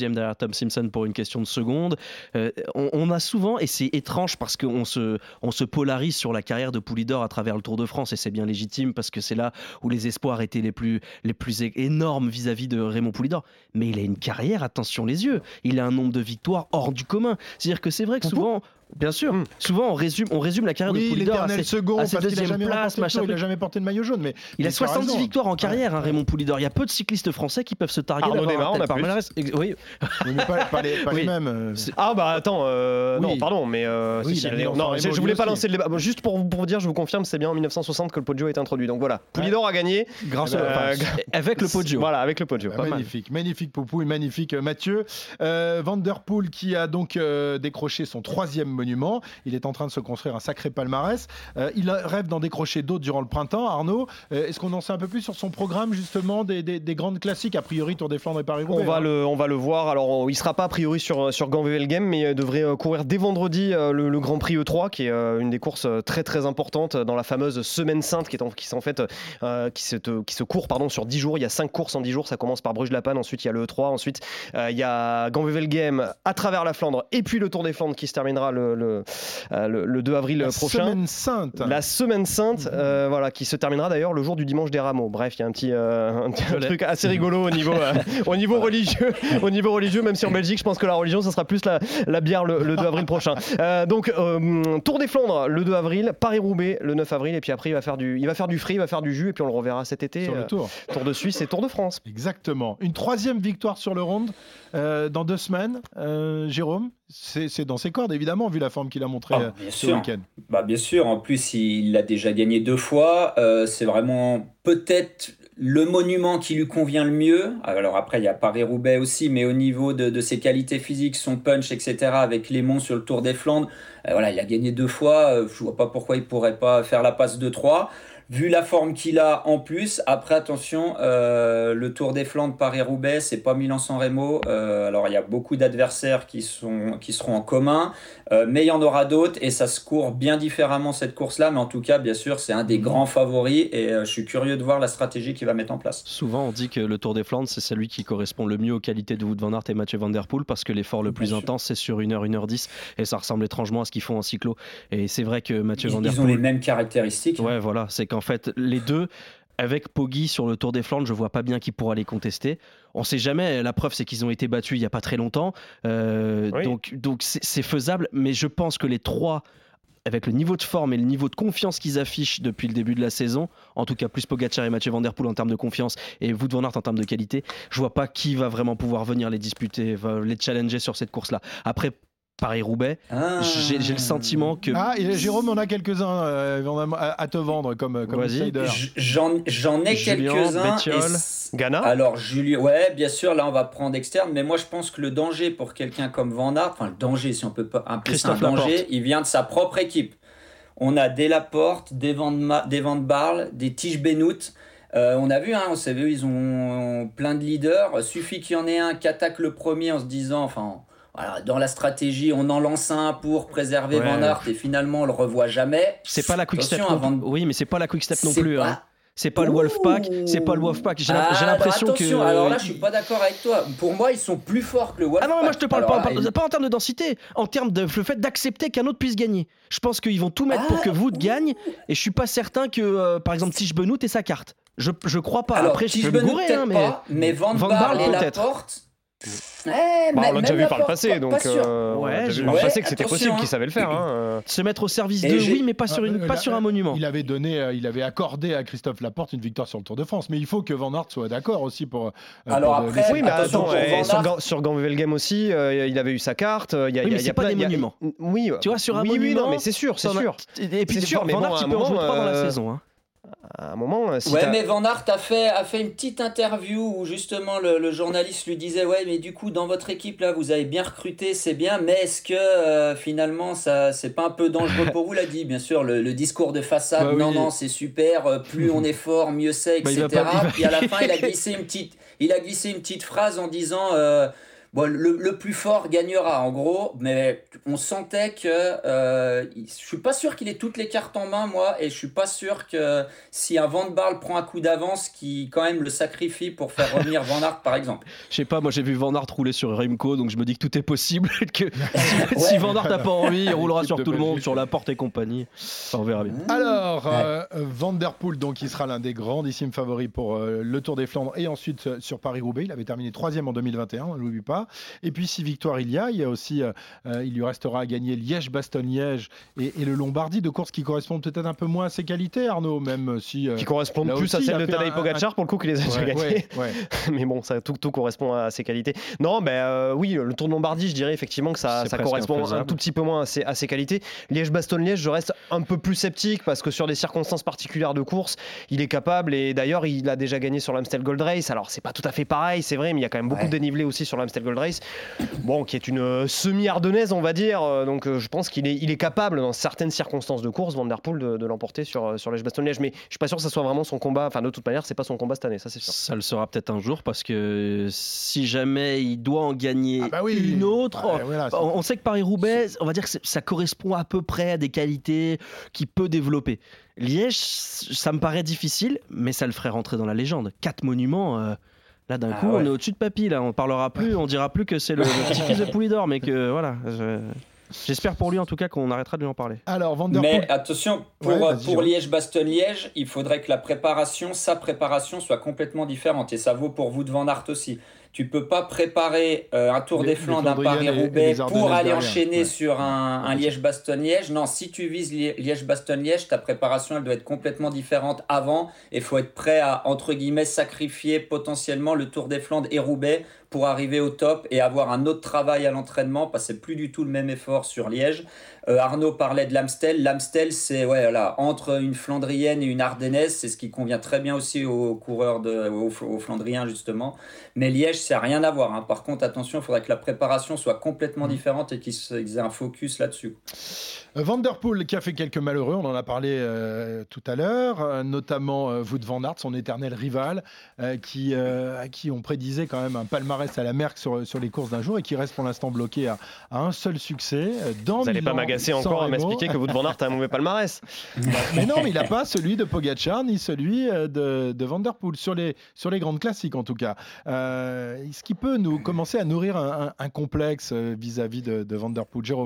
deuxième derrière Tom Simpson pour une question de seconde. Euh, on, on a souvent, et c'est étrange parce qu'on se, on se polarise sur la carrière de Poulidor à travers le Tour de France, et c'est bien légitime parce que c'est là où les espoirs étaient les plus, les plus énormes vis-à-vis de Raymond Poulidor. Mais il a une carrière, attention les yeux, il a un nombre de victoires hors du commun. C'est-à-dire que c'est vrai que souvent... Bien sûr, mmh. souvent on résume, on résume la carrière oui, de Poulidor à ses, second, à ses deuxième places, machin. Il n'a jamais porté de maillot jaune, mais il a soixante-dix victoires en carrière, hein, Raymond Poulidor. Il y a peu de cyclistes français qui peuvent se targuer Arnaud d'avoir Démar, on a plus. Malgré... Oui, oui mais pas, pas les, pas oui. les mêmes. Euh... Ah bah attends, euh, oui. non pardon, mais euh, oui, si, si, non, je, je voulais pas lancer le débat. Bon, juste pour pour vous dire, je vous confirme, c'est bien en dix-neuf cent soixante que le Poggio est introduit. Donc voilà, Poulidor a gagné grâce euh, avec le Poggio. Voilà, avec le Poggio. Bah, magnifique, mal. magnifique Poupou et magnifique Mathieu euh, Van Der Poel qui a donc euh, décroché son troisième monument. Il est en train de se construire un sacré palmarès. Euh, il rêve d'en décrocher d'autres durant le printemps. Arnaud, euh, est-ce qu'on en sait un peu plus sur son programme justement des, des, des grandes classiques, a priori Tour des Flandres et Paris-Roubaix? On va hein. le, on va le voir. Alors, on, il sera pas a priori sur sur Gand-Wevelgem, mais il devrait euh, courir dès vendredi euh, le, le Grand Prix E trois, qui est euh, une des courses très très importantes dans la fameuse Semaine Sainte, qui est en, qui est en fait euh, qui se qui se court pardon sur dix jours. Il y a cinq courses en dix jours. Ça commence par Bruges-la-Panne, ensuite il y a le E trois, ensuite euh, il y a Gand-Wevelgem à travers la Flandre, et puis le Tour des Flandres qui se terminera le le, euh, le, le deux avril la prochain. Semaine Sainte. La Semaine Sainte, euh, voilà, qui se terminera d'ailleurs le jour du dimanche des Rameaux. Bref, il y a un petit, euh, un petit truc assez rigolo au niveau, euh, au niveau religieux, au niveau religieux. Même si en Belgique, je pense que la religion, ça sera plus la, la bière le, le deux avril prochain. Euh, donc, euh, Tour des Flandres le deux avril, Paris-Roubaix le neuf avril, et puis après il va faire du, il va faire du free, il va faire du jus, et puis on le reverra cet été. Sur le Tour. Euh, Tour de Suisse et Tour de France. Exactement. Une troisième victoire sur le Ronde euh, dans deux semaines. Euh, Jérôme, c'est, c'est dans ses cordes évidemment vu la forme qu'il a montrée ah, euh, ce sûr. week-end. Bah bien sûr. En plus, il l'a déjà gagné deux fois. Euh, c'est vraiment peut-être le monument qui lui convient le mieux. Alors après, il y a Paris-Roubaix aussi, mais au niveau de, de ses qualités physiques, son punch, et cetera, avec les monts sur le Tour des Flandres, euh, voilà, il a gagné deux fois. Euh, je vois pas pourquoi il pourrait pas faire la passe deux trois. Vu la forme qu'il a en plus, après attention, euh, le Tour des Flandres Paris-Roubaix, c'est pas Milan-San Remo. Euh, alors il y a beaucoup d'adversaires qui, sont, qui seront en commun, euh, mais il y en aura d'autres et ça se court bien différemment cette course-là. Mais en tout cas, bien sûr, c'est un des grands favoris et euh, je suis curieux de voir la stratégie qu'il va mettre en place. Souvent, on dit que le Tour des Flandres, c'est celui qui correspond le mieux aux qualités de Wout van Aert et Mathieu Van Der Poel parce que l'effort le plus bien intense, sûr. c'est sur une heure, une heure dix et ça ressemble étrangement à ce qu'ils font en cyclo. Et c'est vrai que Mathieu ils, Van Der Poel... Poel... Ils ont les mêmes caractéristiques. Ouais, voilà, c'est qu'en fait, les deux... Avec Poggi sur le Tour des Flandres, je vois pas bien qui pourra les contester. On sait jamais. La preuve, c'est qu'ils ont été battus il y a pas très longtemps. Euh, oui. Donc, donc c'est, c'est faisable. Mais je pense que les trois, avec le niveau de forme et le niveau de confiance qu'ils affichent depuis le début de la saison, en tout cas plus Pogacar et Mathieu Van Der Poel en termes de confiance et Wout van Aert en termes de qualité, je vois pas qui va vraiment pouvoir venir les disputer, les challenger sur cette course-là. Après. Paris-Roubaix, ah. j'ai, j'ai le sentiment que... Ah, et Jérôme, on a quelques-uns euh, à, à te vendre comme, comme outsider. J'en, j'en ai Julien, quelques-uns. Et... Ghana. Alors, Julien, ouais, bien sûr, là, on va prendre externe, mais moi, je pense que le danger pour quelqu'un comme Van Aert, enfin, le danger, si on peut pas appeler ça un danger, Laporte. Il vient de sa propre équipe. On a des Laporte, des Van, Ma- des Van Barle, des Tige Benoît. Euh, on a vu, hein, on sait, ils ont plein de leaders. Suffit qu'il y en ait un qui attaque le premier en se disant, enfin... Voilà, dans la stratégie, on en lance un pour préserver ouais. Van Aert et finalement on le revoit jamais. C'est pas la quick step non plus. Oui, mais c'est pas la quick step non plus. Pas... Hein. C'est pas Ouh. le Wolfpack, c'est pas le Wolfpack. J'ai, ah, j'ai l'impression alors attention, que. Alors là, je suis pas d'accord avec toi. Pour moi, ils sont plus forts que le Wolfpack. Ah non, mais moi je te parle alors pas, là, pas, pas en termes de densité, en termes de le fait d'accepter qu'un autre puisse gagner. Je pense qu'ils vont tout mettre ah, pour que Wout gagne, et je suis pas certain que, euh, par exemple, Tige Benoît ait sa carte. Je, je crois pas. Alors, après, Tige je peux me Benoît gourer, peut-être hein, mais. pas, mais Van, Van Barle et Laporte. Eh, bah, on l'a déjà vu par le passé, donc euh, ouais, on a déjà vu par le passé que c'était possible, hein. Qu'ils savaient le faire. Hein. Se mettre au service d'eux, oui, mais pas sur une, ah, pas là, sur un monument. Il avait donné, il avait accordé à Christophe Laporte une victoire sur le Tour de France, mais il faut que Van Aert soit d'accord aussi pour. Alors pour après, oui, mais attends, ouais, sur, sur Gand-Wevelgem aussi, euh, il avait eu sa carte. Il y a, oui, mais y a, c'est y a pas plein, des monuments. A, oui, tu vois, sur un oui, monument. Oui, non, mais c'est sûr, c'est sûr. Et puis, Van Aert, tu peux en jouer trois dans la saison. À un moment, si ouais, t'as... mais Van Aert a fait, a fait une petite interview où justement le, le journaliste lui disait ouais, mais du coup dans votre équipe là vous avez bien recruté, c'est bien, mais est-ce que euh, finalement ça c'est pas un peu dangereux pour vous? L'a dit bien sûr le, le discours de façade, bah, non oui. non c'est super, plus on est fort mieux c'est, et cetera. Bah, pas, Puis à la fin il a glissé une petite, il a glissé une petite phrase en disant euh, bon, le, le plus fort gagnera en gros, mais on sentait que euh, je suis pas sûr qu'il ait toutes les cartes en main, moi, et je suis pas sûr que si un Van Baarle prend un coup d'avance, qui quand même le sacrifie pour faire revenir Van Aert, par exemple. Je sais pas, moi j'ai vu Van Aert rouler sur Remco, donc je me dis que tout est possible. que si, ouais. si Van Aert n'a pas envie, il roulera sur tout le monde, sur la porte et compagnie. Enfin, on verra bien. Alors, ouais. euh, Van der Poel, donc, il sera l'un des grandissimes favoris pour euh, le Tour des Flandres et ensuite euh, sur Paris-Roubaix. Il avait terminé troisième en deux mille vingt et un, on ne l'oublie pas. Et puis, si victoire il y a, il y a aussi, euh, euh, il lui restera à gagner Liège-Bastogne-Liège et, et le Lombardie, de courses qui correspondent peut-être un peu moins à ses qualités, Arnaud, même si... Euh, qui correspondent plus aussi, à celle de Tadej Pogacar, un... pour le coup, qui les a déjà ouais, gagnés. Ouais, ouais. Mais bon, ça, tout, tout correspond à ses qualités. Non, ben euh, oui, le Tour de Lombardie, je dirais effectivement que ça, ça correspond un tout petit peu moins à ses, à ses qualités. Liège-Bastogne-Liège, je reste un peu plus sceptique parce que sur des circonstances particulières de course, il est capable, et d'ailleurs, il a déjà gagné sur l'Amstel Gold Race. Alors, c'est pas tout à fait pareil, c'est vrai, mais il y a quand même beaucoup ouais. de dénivelé aussi sur l'Amstel Gold Race. Bon, qui est une euh, semi-ardennaise, on va dire. Donc, euh, je pense qu'il est, il est capable, dans certaines circonstances de course, Van der Poel, de, de l'emporter sur, sur Liège-Bastogne-Liège. Mais je suis pas sûr que ça soit vraiment son combat. Enfin, de toute manière, c'est pas son combat cette année, ça c'est sûr. Ça le sera peut-être un jour, parce que si jamais il doit en gagner ah bah oui, une autre, bah, voilà, on, on sait que Paris-Roubaix, on va dire que ça correspond à peu près à des qualités qu'il peut développer. Liège, ça me paraît difficile, mais ça le ferait rentrer dans la légende. Quatre monuments, euh, là d'un ah coup, ouais. on est au-dessus de Papy. Là, on parlera plus, on dira plus que c'est le, le petit-fils de Poulidor, mais que voilà. Je... J'espère pour lui en tout cas qu'on arrêtera de lui en parler. Alors, Van der Mais Poel... attention, pour, ouais, pour Liège-Bastogne-Liège, il faudrait que la préparation, sa préparation soit complètement différente. Et ça vaut pour vous de Van Aert aussi. Tu peux pas préparer euh, un Tour les, des Flandres, un Paris-Roubaix pour aller enchaîner ouais. sur un, un Liège-Bastogne-Liège. Non, si tu vises Liège-Bastogne-Liège, ta préparation elle doit être complètement différente avant. Et il faut être prêt à, entre guillemets, sacrifier potentiellement le Tour des Flandres et Roubaix pour arriver au top et avoir un autre travail à l'entraînement, parce que c'est plus du tout le même effort sur Liège. Euh, Arnaud parlait de l'Amstel. L'Amstel, c'est ouais, voilà, entre une Flandrienne et une Ardennaise, c'est ce qui convient très bien aussi aux coureurs, de, aux, aux Flandriens justement. Mais Liège, ça n'a rien à voir. Hein. Par contre, attention, il faudrait que la préparation soit complètement différente et qu'ils aient un focus là-dessus. Van der Poel qui a fait quelques malheureux, on en a parlé euh, tout à l'heure, euh, notamment euh, Wout van Aert, son éternel rival, euh, qui, euh, à qui on prédisait quand même un palmarès à la Merckx sur, sur les courses d'un jour et qui reste pour l'instant bloqué à, à un seul succès. Dans Vous n'allez pas m'agacer encore à m'expliquer que Wout van Aert a un mauvais palmarès. Mais non, mais il n'a pas celui de Pogacar ni celui de, de Van der Poel, sur les, sur les grandes classiques en tout cas. Euh, est-ce qu'il peut nous commencer à nourrir un, un, un complexe vis-à-vis de, de Van der Poel, Jérôme ?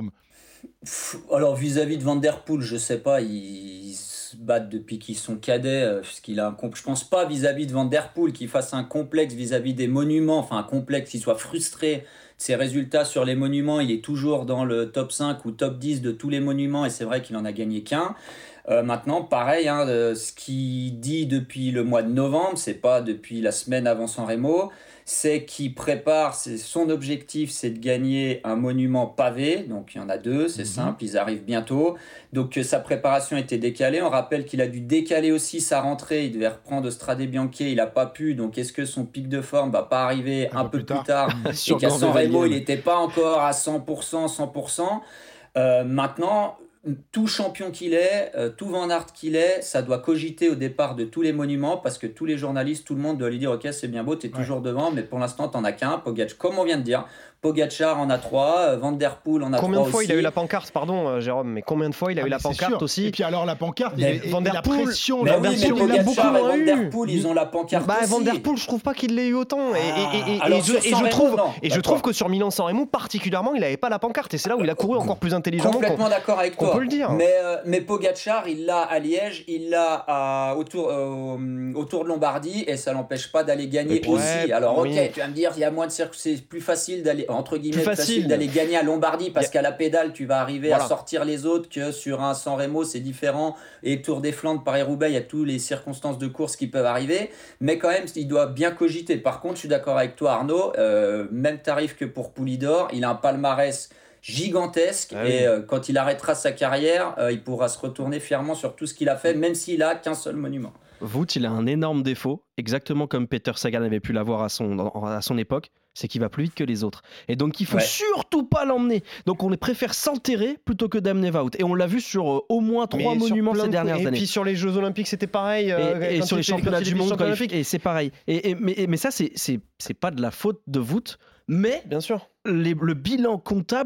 Alors vis-à-vis de Van der Poel, je sais pas, ils se battent depuis qu'ils sont cadets, puisqu'il a un comp... je pense pas vis-à-vis de Van der Poel qu'il fasse un complexe vis-à-vis des monuments, enfin un complexe, qu'il soit frustré de ses résultats sur les monuments. Il est toujours dans le top cinq ou top dix de tous les monuments, et c'est vrai qu'il en a gagné qu'un. Euh, maintenant, pareil, hein, euh, ce qu'il dit depuis le mois de novembre, c'est pas depuis la semaine avant San Remo, c'est qu'il prépare, c'est, son objectif, c'est de gagner un monument pavé, donc il y en a deux, c'est mmh. simple, ils arrivent bientôt, donc euh, sa préparation était décalée. On rappelle qu'il a dû décaler aussi sa rentrée, il devait reprendre Strade Bianche, il n'a pas pu, donc est-ce que son pic de forme va pas arriver un, un peu, peu plus tard, tard et qu'à San Remo, il n'était pas encore à cent pour cent, cent pour cent. Euh, maintenant, tout champion qu'il est, euh, tout Van Aert qu'il est, ça doit cogiter au départ de tous les monuments, parce que tous les journalistes, tout le monde doit lui dire ok, c'est bien beau, t'es ouais. toujours devant, mais pour l'instant t'en as qu'un. Pogacar, comme on vient de dire, Pogacar en a trois, Van der Poel en a combien trois de fois aussi. Il a eu la pancarte, pardon euh, Jérôme, mais combien de fois il a ah, eu la pancarte sûr. Aussi. Et puis alors la pancarte, mais il, Van der Poel, la pression, mais la oui, pression, mais il a beaucoup moins eu. Van der Poel, ils ont la pancarte bah, aussi. Van der Poel, je trouve pas qu'il l'ait eu autant. Et, ah, et, et, alors et, je, et je Remo, trouve, non, et je trouve que sur Milan-San Remo particulièrement, il n'avait pas la pancarte, et c'est là où il a couru encore plus intelligemment. Complètement d'accord avec toi. On peut le dire. Mais euh, mais Pogacar, il l'a à Liège, il l'a à, autour euh, autour de Lombardie, et ça l'empêche pas d'aller gagner puis, aussi. Ouais, alors ok, oui. tu vas me dire, il y a moins de circuits, c'est plus facile d'aller entre guillemets plus facile, facile d'aller gagner à Lombardie, parce a... qu'à la pédale tu vas arriver voilà. à sortir les autres, que sur un San Remo c'est différent, et Tour des Flandres, Paris-Roubaix, il y a toutes les circonstances de course qui peuvent arriver, mais quand même il doit bien cogiter. Par contre, je suis d'accord avec toi Arnaud, euh, même tarif que pour Poulidor, il a un palmarès gigantesque, ah oui. et euh, quand il arrêtera sa carrière, euh, il pourra se retourner fièrement sur tout ce qu'il a fait, même s'il a qu'un seul monument. Wout, il a un énorme défaut, exactement comme Peter Sagan avait pu l'avoir à son, à son époque, c'est qu'il va plus vite que les autres. Et donc, il faut ouais. surtout pas l'emmener. Donc, on les préfère s'enterrer plutôt que d'amener Wout. Et on l'a vu sur euh, au moins trois Mais monuments ces dernières et années. Et puis sur les Jeux Olympiques, c'était pareil. Euh, et, et sur les championnats du monde, olympiques. Et c'est pareil. Et, et, mais, et, mais ça, c'est, c'est, c'est pas de la faute de Wout, mais bien sûr. Les, le bilan comptable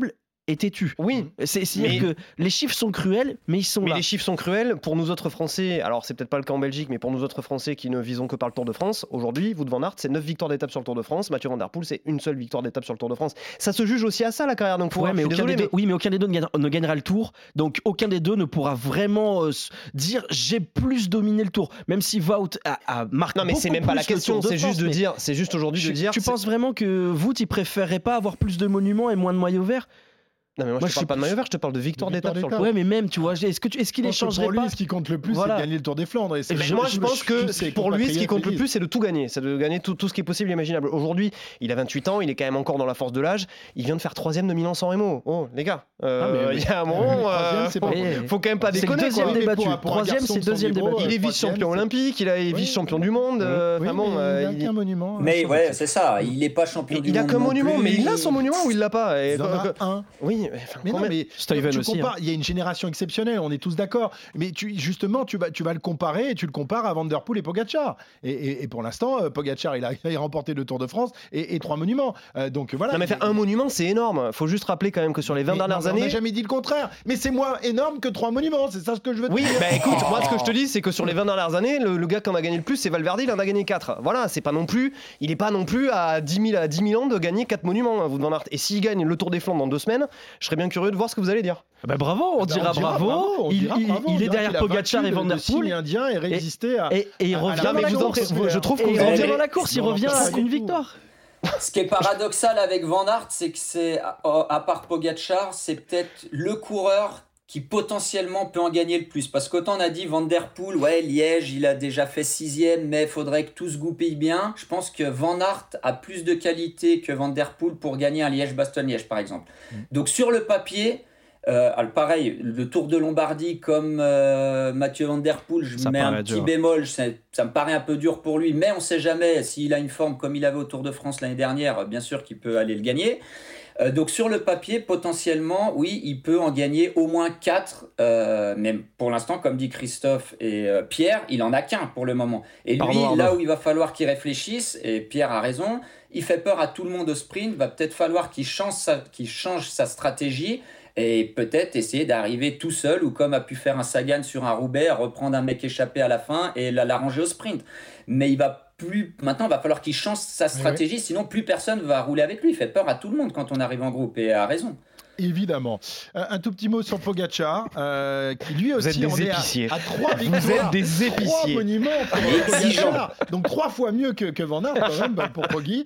est têtu. Oui, c'est, c'est-à-dire mais... que les chiffres sont cruels, mais ils sont mais là. Les chiffres sont cruels pour nous autres Français. Alors c'est peut-être pas le cas en Belgique, mais pour nous autres Français qui ne visons que par le Tour de France, aujourd'hui, Wout van Aert, c'est neuf victoires d'étape sur le Tour de France. Mathieu Van Der Poel, c'est une seule victoire d'étape sur le Tour de France. Ça se juge aussi à ça la carrière. Donc faut ouais, mais aucun désolé, des deux, mais... oui, mais aucun des deux ne gagnera, ne gagnera le Tour. Donc aucun des deux ne pourra vraiment euh, dire j'ai plus dominé le Tour. Même si Wout a, a marqué. Non, mais c'est même pas la question. C'est juste de dire. C'est juste aujourd'hui de dire. Tu penses vraiment que Wout il préférerait pas avoir plus de monuments et moins de maillots verts? Non mais moi, moi je te parle pas de maillot vert, je te parle de victoire, de victoire d'étape. d'étape. Ouais, mais même, tu vois, est-ce que tu, est-ce qu'il échangerait pour lui, pas ce qui compte le plus, voilà. c'est de gagner le Tour des Flandres. Et c'est et moi, je, je pense que je, pour lui, ce qui compte le plus, c'est de tout gagner, c'est de gagner tout, tout ce qui est possible et imaginable. Aujourd'hui, il a vingt-huit ans, il est quand même encore dans la force de l'âge. Il vient de faire troisième de Milan-San Remo. Oh, les gars, il euh, ah, y a un moment, euh, faut, faut quand même pas déconner. C'est le deuxième débattu. Troisième, c'est le deuxième débattu. Il est vice-champion olympique, il est vice-champion du monde. Enfin bon, il a qu'un monument. Mais ouais, c'est ça. Il est pas champion du monde. Il a qu'un monument, mais il a son monument ou il l'a pas? Il en a un. Oui, mais non, mais Steven aussi. Il y a une génération exceptionnelle, on est tous d'accord. Mais tu, justement, tu vas, tu vas le comparer et tu le compares à Van Der Poel et Pogacar. Et, et, et pour l'instant, Pogacar, il a, il a remporté le Tour de France et, et trois monuments. Euh, donc voilà. Non, mais faire un monument, c'est énorme. Faut juste rappeler quand même que sur les vingt mais dernières non, années. On n'a jamais dit le contraire. Mais c'est moins énorme que trois monuments. C'est ça ce que je veux te oui, dire. Oui, bah écoute, oh. moi ce que je te dis, c'est que sur les vingt dernières années, le, le gars qui en a gagné le plus, c'est Valverde. Il en a gagné quatre. Voilà, c'est pas non plus. Il est pas non plus à dix mille ans de gagner quatre monuments, hein, Wout van Aert. Et s'il gagne le Tour des Flandres dans deux semaines, je serais bien curieux de voir ce que vous allez dire. Bah bravo, on dira. On dira bravo, bravo on il, dira il, bravo, il on est derrière Pogacar et Van Der Poel. Indien et résisté à. Et, et il revient dans la course. Je trouve qu'on revient dans la course. Il revient à une victoire. Ce qui est paradoxal avec Van Aert, c'est que c'est à part Pogacar, c'est peut-être le coureur qui potentiellement peut en gagner le plus. Parce qu'autant on a dit Van Der Poel, ouais, Liège, il a déjà fait sixième, mais il faudrait que tout se goupille bien. Je pense que Van Aert a plus de qualité que Van Der Poel pour gagner un Liège-Bastogne-Liège, par exemple. Mmh. Donc sur le papier, euh, alors pareil, le Tour de Lombardie, comme euh, Mathieu Van Der Poel, je ça mets un petit dur. bémol, ça, ça me paraît un peu dur pour lui, mais on ne sait jamais, s'il a une forme comme il avait au Tour de France l'année dernière, bien sûr qu'il peut aller le gagner. Euh, donc sur le papier, potentiellement, oui, il peut en gagner au moins quatre, euh, même pour l'instant, comme dit Christophe et euh, Pierre, il en a qu'un pour le moment. Et lui, Pardon, là où il va falloir qu'il réfléchisse, et Pierre a raison, il fait peur à tout le monde au sprint, va peut-être falloir qu'il change sa, qu'il change sa stratégie et peut-être essayer d'arriver tout seul ou comme a pu faire un Sagan sur un Roubaix, reprendre un mec échappé à la fin et l'arranger au sprint. Mais il va plus maintenant, il va falloir qu'il change sa stratégie, oui. Sinon plus personne va rouler avec lui. Il fait peur à tout le monde quand on arrive en groupe et a raison. Évidemment. Euh, un tout petit mot sur Pogacar, euh, qui lui aussi Vous êtes des épiciers. À, à trois victoires. Vous êtes des épiciers. Trois monuments pour Pogacar. Donc trois fois mieux que, que Van Aert quand même pour Poggi.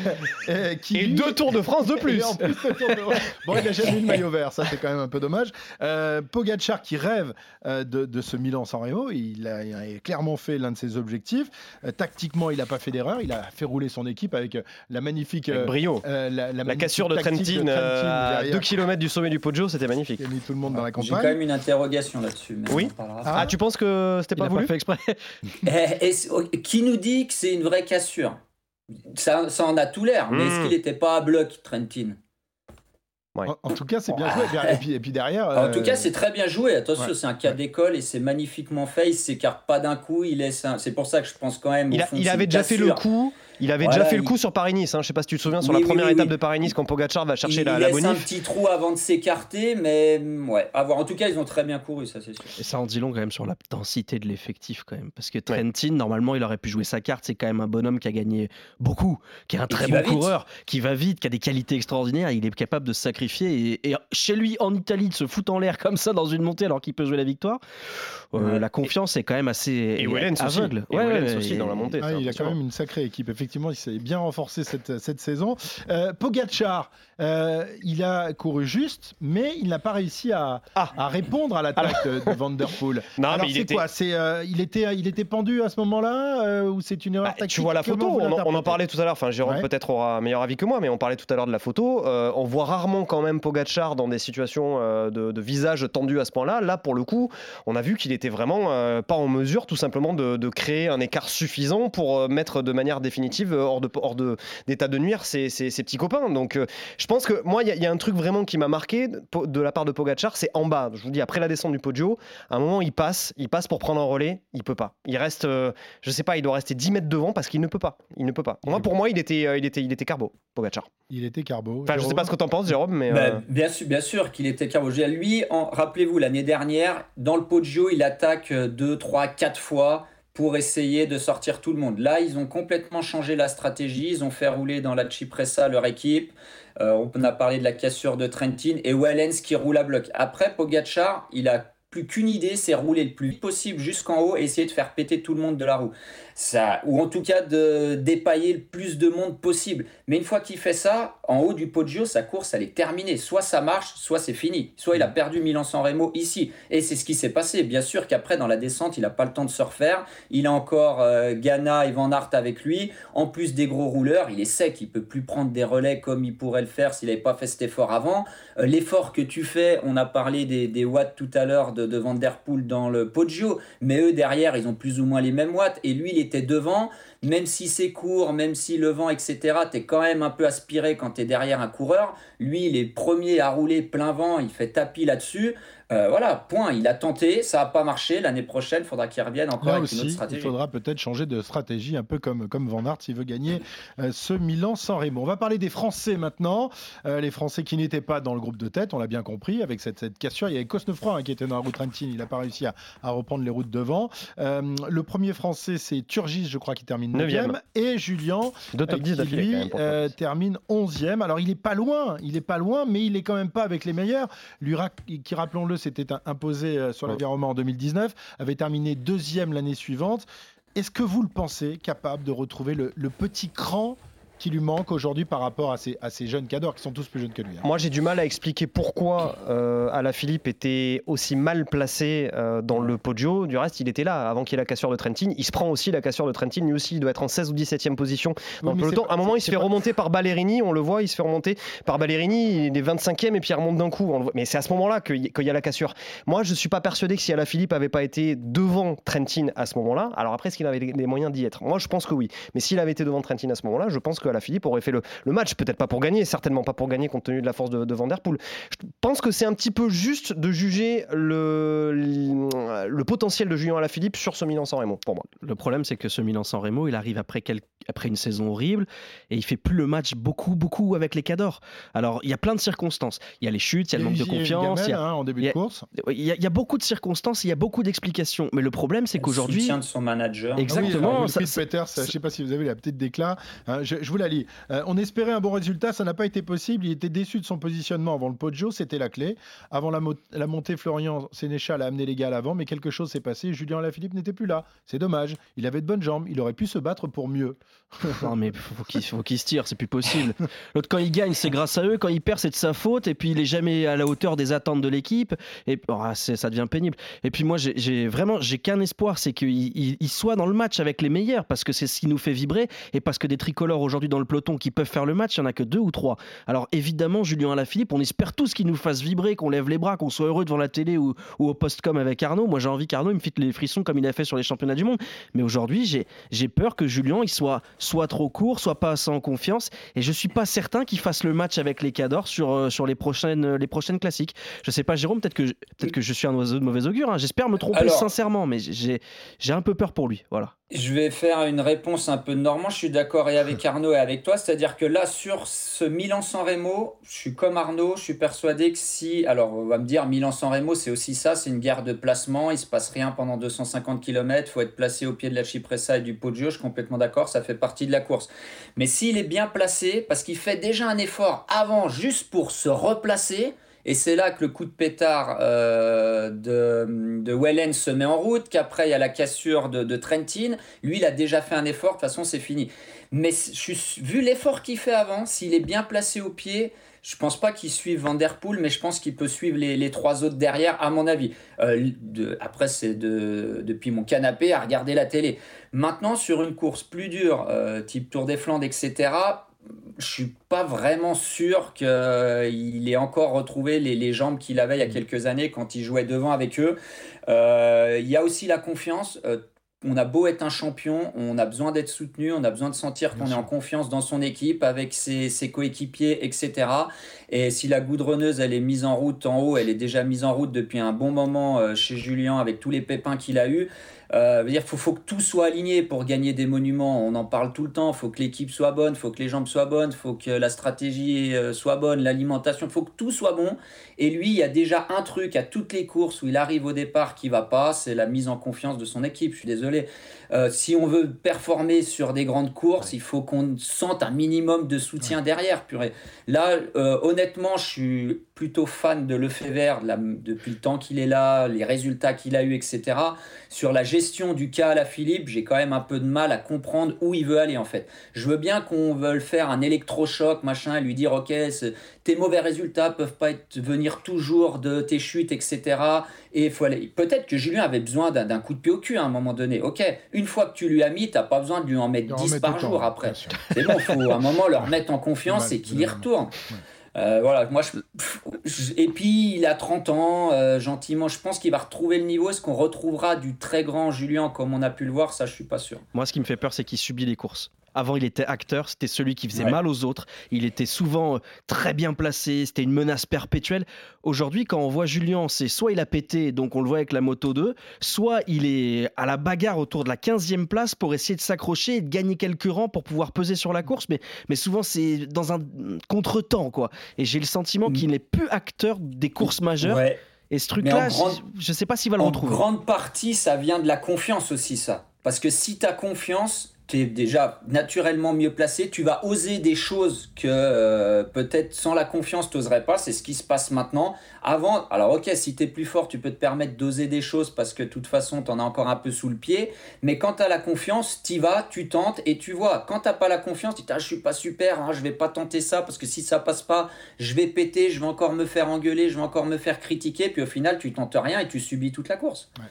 Euh, qui, et lui, deux Tours de France de plus. Et en plus de Tour de... Bon, il n'a jamais eu le maillot vert, ça c'est quand même un peu dommage. Euh, Pogacar qui rêve euh, de, de ce Milan-San Remo, il a, il a clairement fait l'un de ses objectifs. Euh, tactiquement, il n'a pas fait d'erreur. Il a fait rouler son équipe avec la magnifique avec brio. Euh, la, la, la magnifique cassure de Trentin, à deux kilomètres du sommet du Poggio, c'était magnifique. Il a mis tout le monde dans la campagne. J'ai quand même une interrogation là-dessus. Mais oui. Ah, ah, tu penses que c'était pas il voulu pas fait exprès. et, et, Qui nous dit que c'est une vraie cassure? Ça, ça en a tout l'air, mais mmh. est-ce qu'il n'était pas à bloc, Trentin? Ouais. En, en tout cas, c'est bien joué. Et puis, et puis derrière. En euh... tout cas, c'est très bien joué. Attention, ouais. c'est un cas ouais. d'école et c'est magnifiquement fait. Il s'écarte pas d'un coup. Il laisse. Un... C'est pour ça que je pense quand même. Il, a, fond, il avait déjà cassure. fait le coup. Il avait voilà, déjà fait il... le coup sur Paris-Nice. Hein. Je ne sais pas si tu te souviens sur oui, la première oui, oui, étape oui. de Paris-Nice quand Pogacar va chercher il, la, il la bonif. bonif. Il laisse un petit trou avant de s'écarter, mais ouais, à voir. En tout cas, ils ont très bien couru, ça c'est sûr. Et ça en dit long quand même sur la densité de l'effectif quand même, parce que Trentin, ouais. normalement, il aurait pu jouer sa carte. C'est quand même un bonhomme qui a gagné beaucoup, qui est un très bon coureur, qui va vite, qui a des qualités extraordinaires. Il est capable de se sacrifier et, et chez lui en Italie de se foutre en l'air comme ça dans une montée alors qu'il peut jouer la victoire. Euh, ouais. La confiance et... est quand même assez et Wellens aveugle. Aussi. Ouais, et Wellens ouais, aussi et... dans la montée. Ah, il a quand même une sacrée équipe. Effectivement, il s'est bien renforcé cette, cette saison. Euh, Pogacar, euh, il a couru juste, mais il n'a pas réussi à, ah. à répondre à l'attaque alors... de, de Van Der Poel. Non, alors mais il c'est était... quoi c'est, euh, il, était, il était pendu à ce moment-là euh, ou c'est une erreur bah, tactique? Tu vois la photo, on en, on en parlait tout à l'heure. Enfin, Jérôme ouais. peut-être aura un meilleur avis que moi, mais on parlait tout à l'heure de la photo. Euh, on voit rarement quand même Pogacar dans des situations euh, de, de visage tendu à ce point-là. Là, pour le coup, on a vu qu'il était vraiment euh, pas en mesure, tout simplement, de, de créer un écart suffisant pour euh, mettre de manière définitive sportive hors, de, hors de, d'état de nuire ses, ses, ses petits copains. Donc euh, je pense que moi, il y, y a un truc vraiment qui m'a marqué de la part de Pogačar, c'est en bas. Je vous dis, après la descente du Poggio, à un moment, il passe, il passe pour prendre un relais, il peut pas. Il reste, euh, je sais pas, il doit rester dix mètres devant parce qu'il ne peut pas. Il ne peut pas. Moi, pour moi, il était, euh, il était, il était carbo, Pogačar. Il était carbo. Enfin, je sais pas ce que t'en penses, Jérôme, mais. Bah, euh... bien sûr, bien sûr qu'il était carbo. Lui, en, rappelez-vous, l'année dernière, dans le Poggio, il attaque deux, trois, quatre fois pour essayer de sortir tout le monde. Là, ils ont complètement changé la stratégie. Ils ont fait rouler dans la Cipressa leur équipe. Euh, on a parlé de la cassure de Trentin et Wellens qui roule à bloc. Après, Pogačar, il a plus qu'une idée, c'est rouler le plus vite possible jusqu'en haut et essayer de faire péter tout le monde de la roue. Ça, ou en tout cas de dépailler le plus de monde possible. Mais une fois qu'il fait ça, en haut du Poggio, sa course, elle est terminée. Soit ça marche, soit c'est fini. Soit il a perdu Milan-San Remo ici. Et c'est ce qui s'est passé. Bien sûr qu'après, dans la descente, il n'a pas le temps de se refaire. Il a encore euh, Ganna et Van Aert avec lui. En plus des gros rouleurs, il est sec. Il ne peut plus prendre des relais comme il pourrait le faire s'il n'avait pas fait cet effort avant. Euh, l'effort que tu fais, on a parlé des, des watts tout à l'heure de, de Van Der Poel dans le Poggio. Mais eux, derrière, ils ont plus ou moins les mêmes watts. Et lui, il était devant, même si c'est court, même si le vent, et cetera, t'es quand même un peu aspiré quand t'es derrière un coureur. Lui, il est premier à rouler plein vent, il fait tapis là-dessus. Euh, voilà, point. Il a tenté, ça n'a pas marché. L'année prochaine, il faudra qu'il revienne encore Là avec aussi, une autre stratégie. Il faudra peut-être changer de stratégie, un peu comme, comme Van Aert s'il veut gagner euh, ce Milan-San Remo. On va parler des Français maintenant. Euh, les Français qui n'étaient pas dans le groupe de tête, on l'a bien compris, avec cette, cette cassure. Il y avait Cosnefroy hein, qui était dans la route Trentin, il n'a pas réussi à, à reprendre les routes devant. Euh, le premier Français, c'est Turgis, je crois, qui termine neuvième. Et Julien, Deux top dix qui lui euh, termine onzième. Alors il n'est pas loin, il n'est pas loin, mais il n'est quand même pas avec les meilleurs. Lui, qui, rappelons-le, s'était imposé sur la Via Roma en deux mille dix-neuf, avait terminé deuxième l'année suivante. Est-ce que vous le pensez capable de retrouver le, le petit cran qui lui manque aujourd'hui par rapport à ces, à ces jeunes cadors qui sont tous plus jeunes que lui hein. Moi, j'ai du mal à expliquer pourquoi euh, Alaphilippe était aussi mal placé euh, dans le Poggio. Du reste, il était là avant qu'il y ait la cassure de Trentin. Il se prend aussi la cassure de Trentin. Lui aussi, il doit être en seizième ou dix-septième position dans oui, le peloton. À un moment, il se fait pas... remonter par Ballerini. On le voit, il se fait remonter par Ballerini. Il est vingt-cinquième et puis il remonte d'un coup. Mais c'est à ce moment-là qu'il y a la cassure. Moi, je ne suis pas persuadé que si Alaphilippe n'avait pas été devant Trentin à ce moment-là, alors après, est-ce qu'il avait les moyens d'y être ? Moi, je pense que oui. Mais s'il avait été devant Trentin à ce moment-là, je pense que Alaphilippe aurait fait le, le match, peut-être pas pour gagner, certainement pas pour gagner compte tenu de la force de, de Van Der Poel. Je pense que c'est un petit peu juste de juger le, le, le potentiel de Julien Alaphilippe sur ce Milan-San Remo, pour moi. Le problème, c'est que ce Milan-San Remo, il arrive après, quel, après une saison horrible et il fait plus le match beaucoup, beaucoup avec les cadors. Alors, il y a plein de circonstances. Il y a les chutes, il y a le manque de confiance. Gamel, il y a, hein, en début il y a, de course. Il y, a, il y a beaucoup de circonstances, il y a beaucoup d'explications. Mais le problème, c'est qu'aujourd'hui... Le soutien de son manager. Exactement. Ah oui, ça, Peters, je ne sais pas si vous avez la petite déclat. Hein, je, je vous la lis. Euh, on espérait un bon résultat, ça n'a pas été possible. Il était déçu de son positionnement avant le Poggio, c'était la clé. Avant la, mo- la montée, Florian Sénéchal a amené les gars à l'avant, mais quelque chose s'est passé. Julien Alaphilippe n'était plus là. C'est dommage. Il avait de bonnes jambes. Il aurait pu se battre pour mieux. Non, mais faut qu'il, faut qu'il se tire, c'est plus possible. L'autre, quand il gagne, c'est grâce à eux. Quand il perd, c'est de sa faute. Et puis, il est jamais à la hauteur des attentes de l'équipe. Et oh, c'est, ça devient pénible. Et puis, moi, j'ai, j'ai vraiment, j'ai qu'un espoir, c'est qu'il il, il soit dans le match avec les meilleurs, parce que c'est ce qui nous fait vibrer. Et parce que des tricolores aujourd'hui dans le peloton qui peuvent faire le match, il n'y en a que deux ou trois. Alors évidemment, Julien Alaphilippe, on espère tous qu'il nous fasse vibrer, qu'on lève les bras, qu'on soit heureux devant la télé ou, ou au post-com avec Arnaud. Moi, j'ai envie qu'Arnaud il me fitte les frissons comme il a fait sur les championnats du monde. Mais aujourd'hui, j'ai, j'ai peur que Julien il soit soit trop court, soit pas assez en confiance. Et je suis pas certain qu'il fasse le match avec les cadors sur, euh, sur les, prochaines, les prochaines classiques. Je sais pas, Jérôme, peut-être que, je, peut-être que je suis un oiseau de mauvais augure. Hein. J'espère me tromper Alors, sincèrement, mais j'ai, j'ai un peu peur pour lui. Voilà. Je vais faire une réponse un peu de Normand. Je suis d'accord et avec Arnaud et avec toi. C'est-à-dire que là, sur ce Milan-San Remo, je suis comme Arnaud. Je suis persuadé que si... Alors, on va me dire, Milan-San Remo, c'est aussi ça. C'est une guerre de placement. Il ne se passe rien pendant deux cent cinquante kilomètres. Il faut être placé au pied de la Cipressa et du Poggio. Je suis complètement d'accord. Ça fait partie de la course. Mais s'il est bien placé, parce qu'il fait déjà un effort avant, juste pour se replacer... Et c'est là que le coup de pétard euh, de, de Wellens se met en route, qu'après il y a la cassure de, de Trentin. Lui, il a déjà fait un effort, de toute façon, c'est fini. Mais je, vu l'effort qu'il fait avant, s'il est bien placé au pied, je ne pense pas qu'il suive Van Der Poel, mais je pense qu'il peut suivre les, les trois autres derrière, à mon avis. Euh, de, après, c'est de, depuis mon canapé à regarder la télé. Maintenant, sur une course plus dure, euh, type Tour des Flandres, et cetera, je suis pas vraiment sûr qu'il euh, ait encore retrouvé les, les jambes qu'il avait il y a quelques années quand il jouait devant avec eux. Euh, il y a aussi la confiance. Euh, on a beau être un champion, on a besoin d'être soutenu, on a besoin de sentir qu'on est en confiance dans son équipe, avec ses, ses coéquipiers, et cetera. Et si la goudronneuse, elle est mise en route en haut, elle est déjà mise en route depuis un bon moment euh, chez Julien, avec tous les pépins qu'il a eus. Euh, il faut, faut que tout soit aligné pour gagner des monuments. On en parle tout le temps. Il faut que l'équipe soit bonne, il faut que les jambes soient bonnes, il faut que la stratégie euh, soit bonne, l'alimentation, il faut que tout soit bon. Et lui, il y a déjà un truc à toutes les courses où il arrive au départ qui ne va pas, c'est la mise en confiance de son équipe. Je suis désolé. Euh, si on veut performer sur des grandes courses, ouais. il faut qu'on sente un minimum de soutien ouais. derrière. Purée. Là, euh, honnêtement, je suis plutôt fan de Lefebvre là, depuis le temps qu'il est là, les résultats qu'il a eu, et cetera. Sur la gestion du cas à la Philippe, j'ai quand même un peu de mal à comprendre où il veut aller en fait. Je veux bien qu'on veuille faire un électrochoc, machin, et lui dire ok, tes mauvais résultats peuvent pas être, venir toujours de tes chutes, et cetera. Et faut aller. Peut-être que Julien avait besoin d'un, d'un coup de pied au cul à un moment donné. Ok, une fois que tu lui as mis, t'as pas besoin de lui en mettre dix par jour temps, après. C'est bon, faut à un moment le remettre en confiance et qu'il y retourne. Ouais. Euh, voilà, moi je, je, et puis il a trente ans, euh, gentiment, je pense qu'il va retrouver le niveau. Est-ce qu'on retrouvera du très grand Julien comme on a pu le voir? Ça, je suis pas sûr. Moi, ce qui me fait peur, c'est qu'il subit les courses. Avant, il était acteur, c'était celui qui faisait ouais. mal aux autres. Il était souvent très bien placé, c'était une menace perpétuelle. Aujourd'hui, quand on voit Julien, c'est soit il a pété, donc on le voit avec la Moto deux, soit il est à la bagarre autour de la quinzième place pour essayer de s'accrocher et de gagner quelques rangs pour pouvoir peser sur la course. Mais, mais souvent, c'est dans un contretemps, quoi. Et j'ai le sentiment mmh. qu'il n'est plus acteur des courses majeures. Ouais. Et ce truc-là, grande, je ne sais pas s'il va le retrouver. En grande partie, ça vient de la confiance aussi, ça. Parce que si tu as confiance, tu es déjà naturellement mieux placé, tu vas oser des choses que euh, peut-être sans la confiance tu n'oserais pas, c'est ce qui se passe maintenant. Avant, alors ok, si tu es plus fort, tu peux te permettre d'oser des choses parce que de toute façon tu en as encore un peu sous le pied, mais quand tu as la confiance, tu y vas, tu tentes et tu vois. Quand tu n'as pas la confiance, tu te dis ah, je suis pas super, hein, je vais pas tenter ça parce que si ça passe pas, je vais péter, je vais encore me faire engueuler, je vais encore me faire critiquer, puis au final tu tentes rien et tu subis toute la course. Ouais.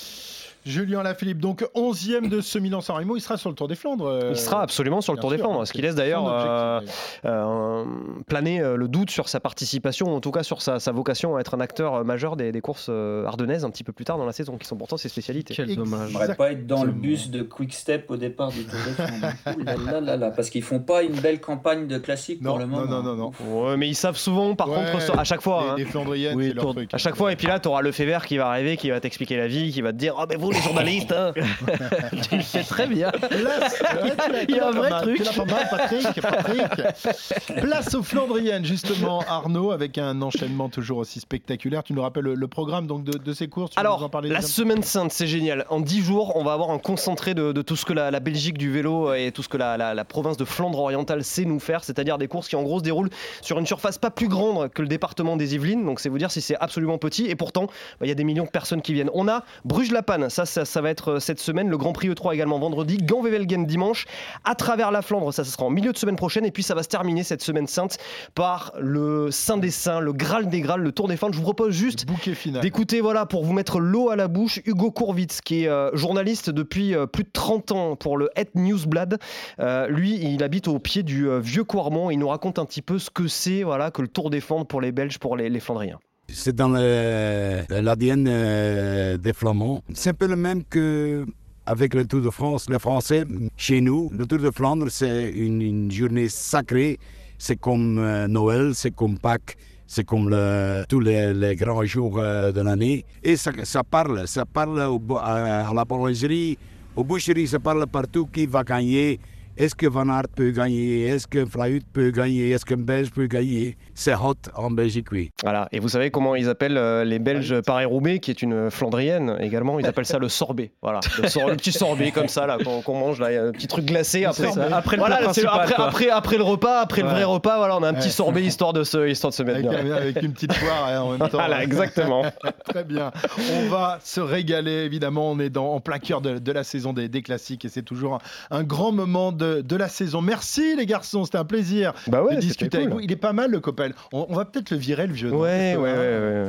Julien Lafilippe, donc onzième de ce Milan-San Remo, il sera sur le Tour des Flandres. Euh... Il sera absolument sur le Tour sûr, des Flandres, ce qui laisse d'ailleurs euh, euh, planer euh, le doute sur sa participation, en tout cas sur sa, sa vocation à être un acteur majeur des, des courses euh, ardennaises un petit peu plus tard dans la saison, qui sont pourtant ses spécialités. Quel dommage. On ne pas être dans le bus de Quick Step au départ du Tour des Flandres. là, là, là, là, parce qu'ils ne font pas une belle campagne de classique non, pour le moment. Non, non, non. non. Ouais, mais ils savent souvent, par ouais, contre, à chaque fois. Les, hein, les Flandriennes, oui, c'est leur truc. À chaque fois, et puis là, tu auras Lefebvre qui va arriver, qui va t'expliquer la vie, qui va te dire « Oh, mais vous, les journalistes, hein, tu le fais très bien. Place, il y a un vrai truc. Tu l'as pas mal, Patrick, Patrick. Place aux Flandriennes, justement, Arnaud, avec un enchaînement toujours aussi spectaculaire. Tu nous rappelles le, le programme donc, de, de ces courses. Tu Alors, nous en parler la semaine sainte, c'est génial. En dix jours, on va avoir un concentré de, de tout ce que la, la Belgique du vélo et tout ce que la, la, la province de Flandre orientale sait nous faire, c'est-à-dire des courses qui en gros se déroulent sur une surface pas plus grande que le département des Yvelines. Donc c'est vous dire si c'est absolument petit. Et pourtant, il bah, y a des millions de personnes qui viennent. On a Bruges-la-Panne, ça, ça, ça va être cette semaine. Le Grand Prix E trois également vendredi. Gand-Wevelgem dimanche. À travers la Flandre, ça, ça sera en milieu de semaine prochaine. Et puis ça va se terminer cette semaine sainte par le Saint des Saints, le Graal des Graals, le Tour des Flandres. Je vous propose juste d'écouter, voilà, pour vous mettre l'eau à la bouche, Hugo Kurwitz, qui est euh, journaliste depuis euh, plus de trente ans pour le Het Nieuwsblad. Euh, lui, il habite au pied du euh, vieux Coirmont. Il nous raconte un petit peu ce que c'est, voilà, que le Tour des Flandres pour les Belges, pour les, les Flandriens. C'est dans le, l'A D N euh, des Flamands. C'est un peu le même qu'avec le Tour de France. Les Français, chez nous, le Tour de Flandre, c'est une, une journée sacrée. C'est comme euh, Noël, c'est comme Pâques, c'est comme le, tous les, les grands jours euh, de l'année. Et ça, ça parle, ça parle au, à, à la boulangerie, aux boucheries, ça parle partout qui va gagner. Est-ce que Van Aert peut gagner? Est-ce que Flaut peut gagner? Est-ce qu'un Belge peut gagner? C'est hot en Belgique, oui. Voilà. Et vous savez comment ils appellent euh, les Belges Paris-Roubaix, qui est une Flandrienne également? Ils appellent ça le sorbet. Voilà. Le, sor- le petit sorbet comme ça, là, qu'on, qu'on mange, là, un petit truc glacé. Après, après, voilà, le principal, après, après, après le repas, après ouais. le vrai repas, voilà, on a un petit ouais. sorbet histoire de se, histoire de se mettre avec, bien. Avec une petite poire hein, en même temps. Voilà, exactement. Très bien. On va se régaler, évidemment. On est dans, en plein cœur de, de la saison des, des classiques et c'est toujours un, un grand moment de, de la saison. Merci les garçons, c'était un plaisir bah ouais, de discuter cool. avec vous. Il est pas mal le copain. On, on va peut-être le virer le vieux. Ouais, ouais, ouais, ouais, hein ouais.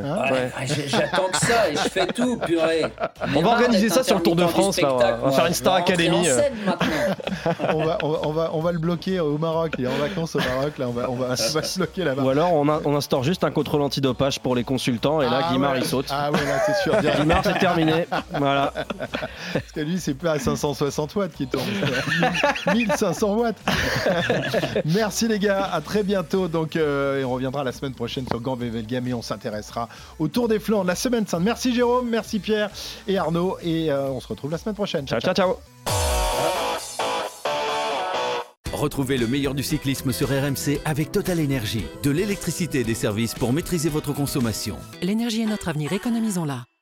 Ouais. Ah, j'attends que ça et je fais tout, purée. On va organiser ça sur le Tour de France, là. On va faire une Star Academy. on, va, on, va, on, va, on va le bloquer au Maroc. Il est en vacances au Maroc. Là, on va, on va, on va se bloquer là-bas. Ou alors on, a, on instaure juste un contrôle antidopage pour les consultants et là ah Guimard ouais. il saute. Ah ouais, là c'est sûr. Guimard c'est terminé. Voilà. Parce que lui c'est pas à cinq cent soixante watts qui tourne. mille cinq cents watts. Merci les gars. À très bientôt. Donc euh, et on reviendra la semaine prochaine sur Gand Wevelgem et on s'intéressera au Tour des Flandres la semaine sainte. Merci Jérôme, merci Pierre et Arnaud et euh, on se retrouve la semaine prochaine. Ciao ciao ciao. Retrouvez le meilleur du cyclisme sur R M C avec Total Énergie. De l'électricité et des services pour maîtriser votre consommation. L'énergie est notre avenir, économisons-la.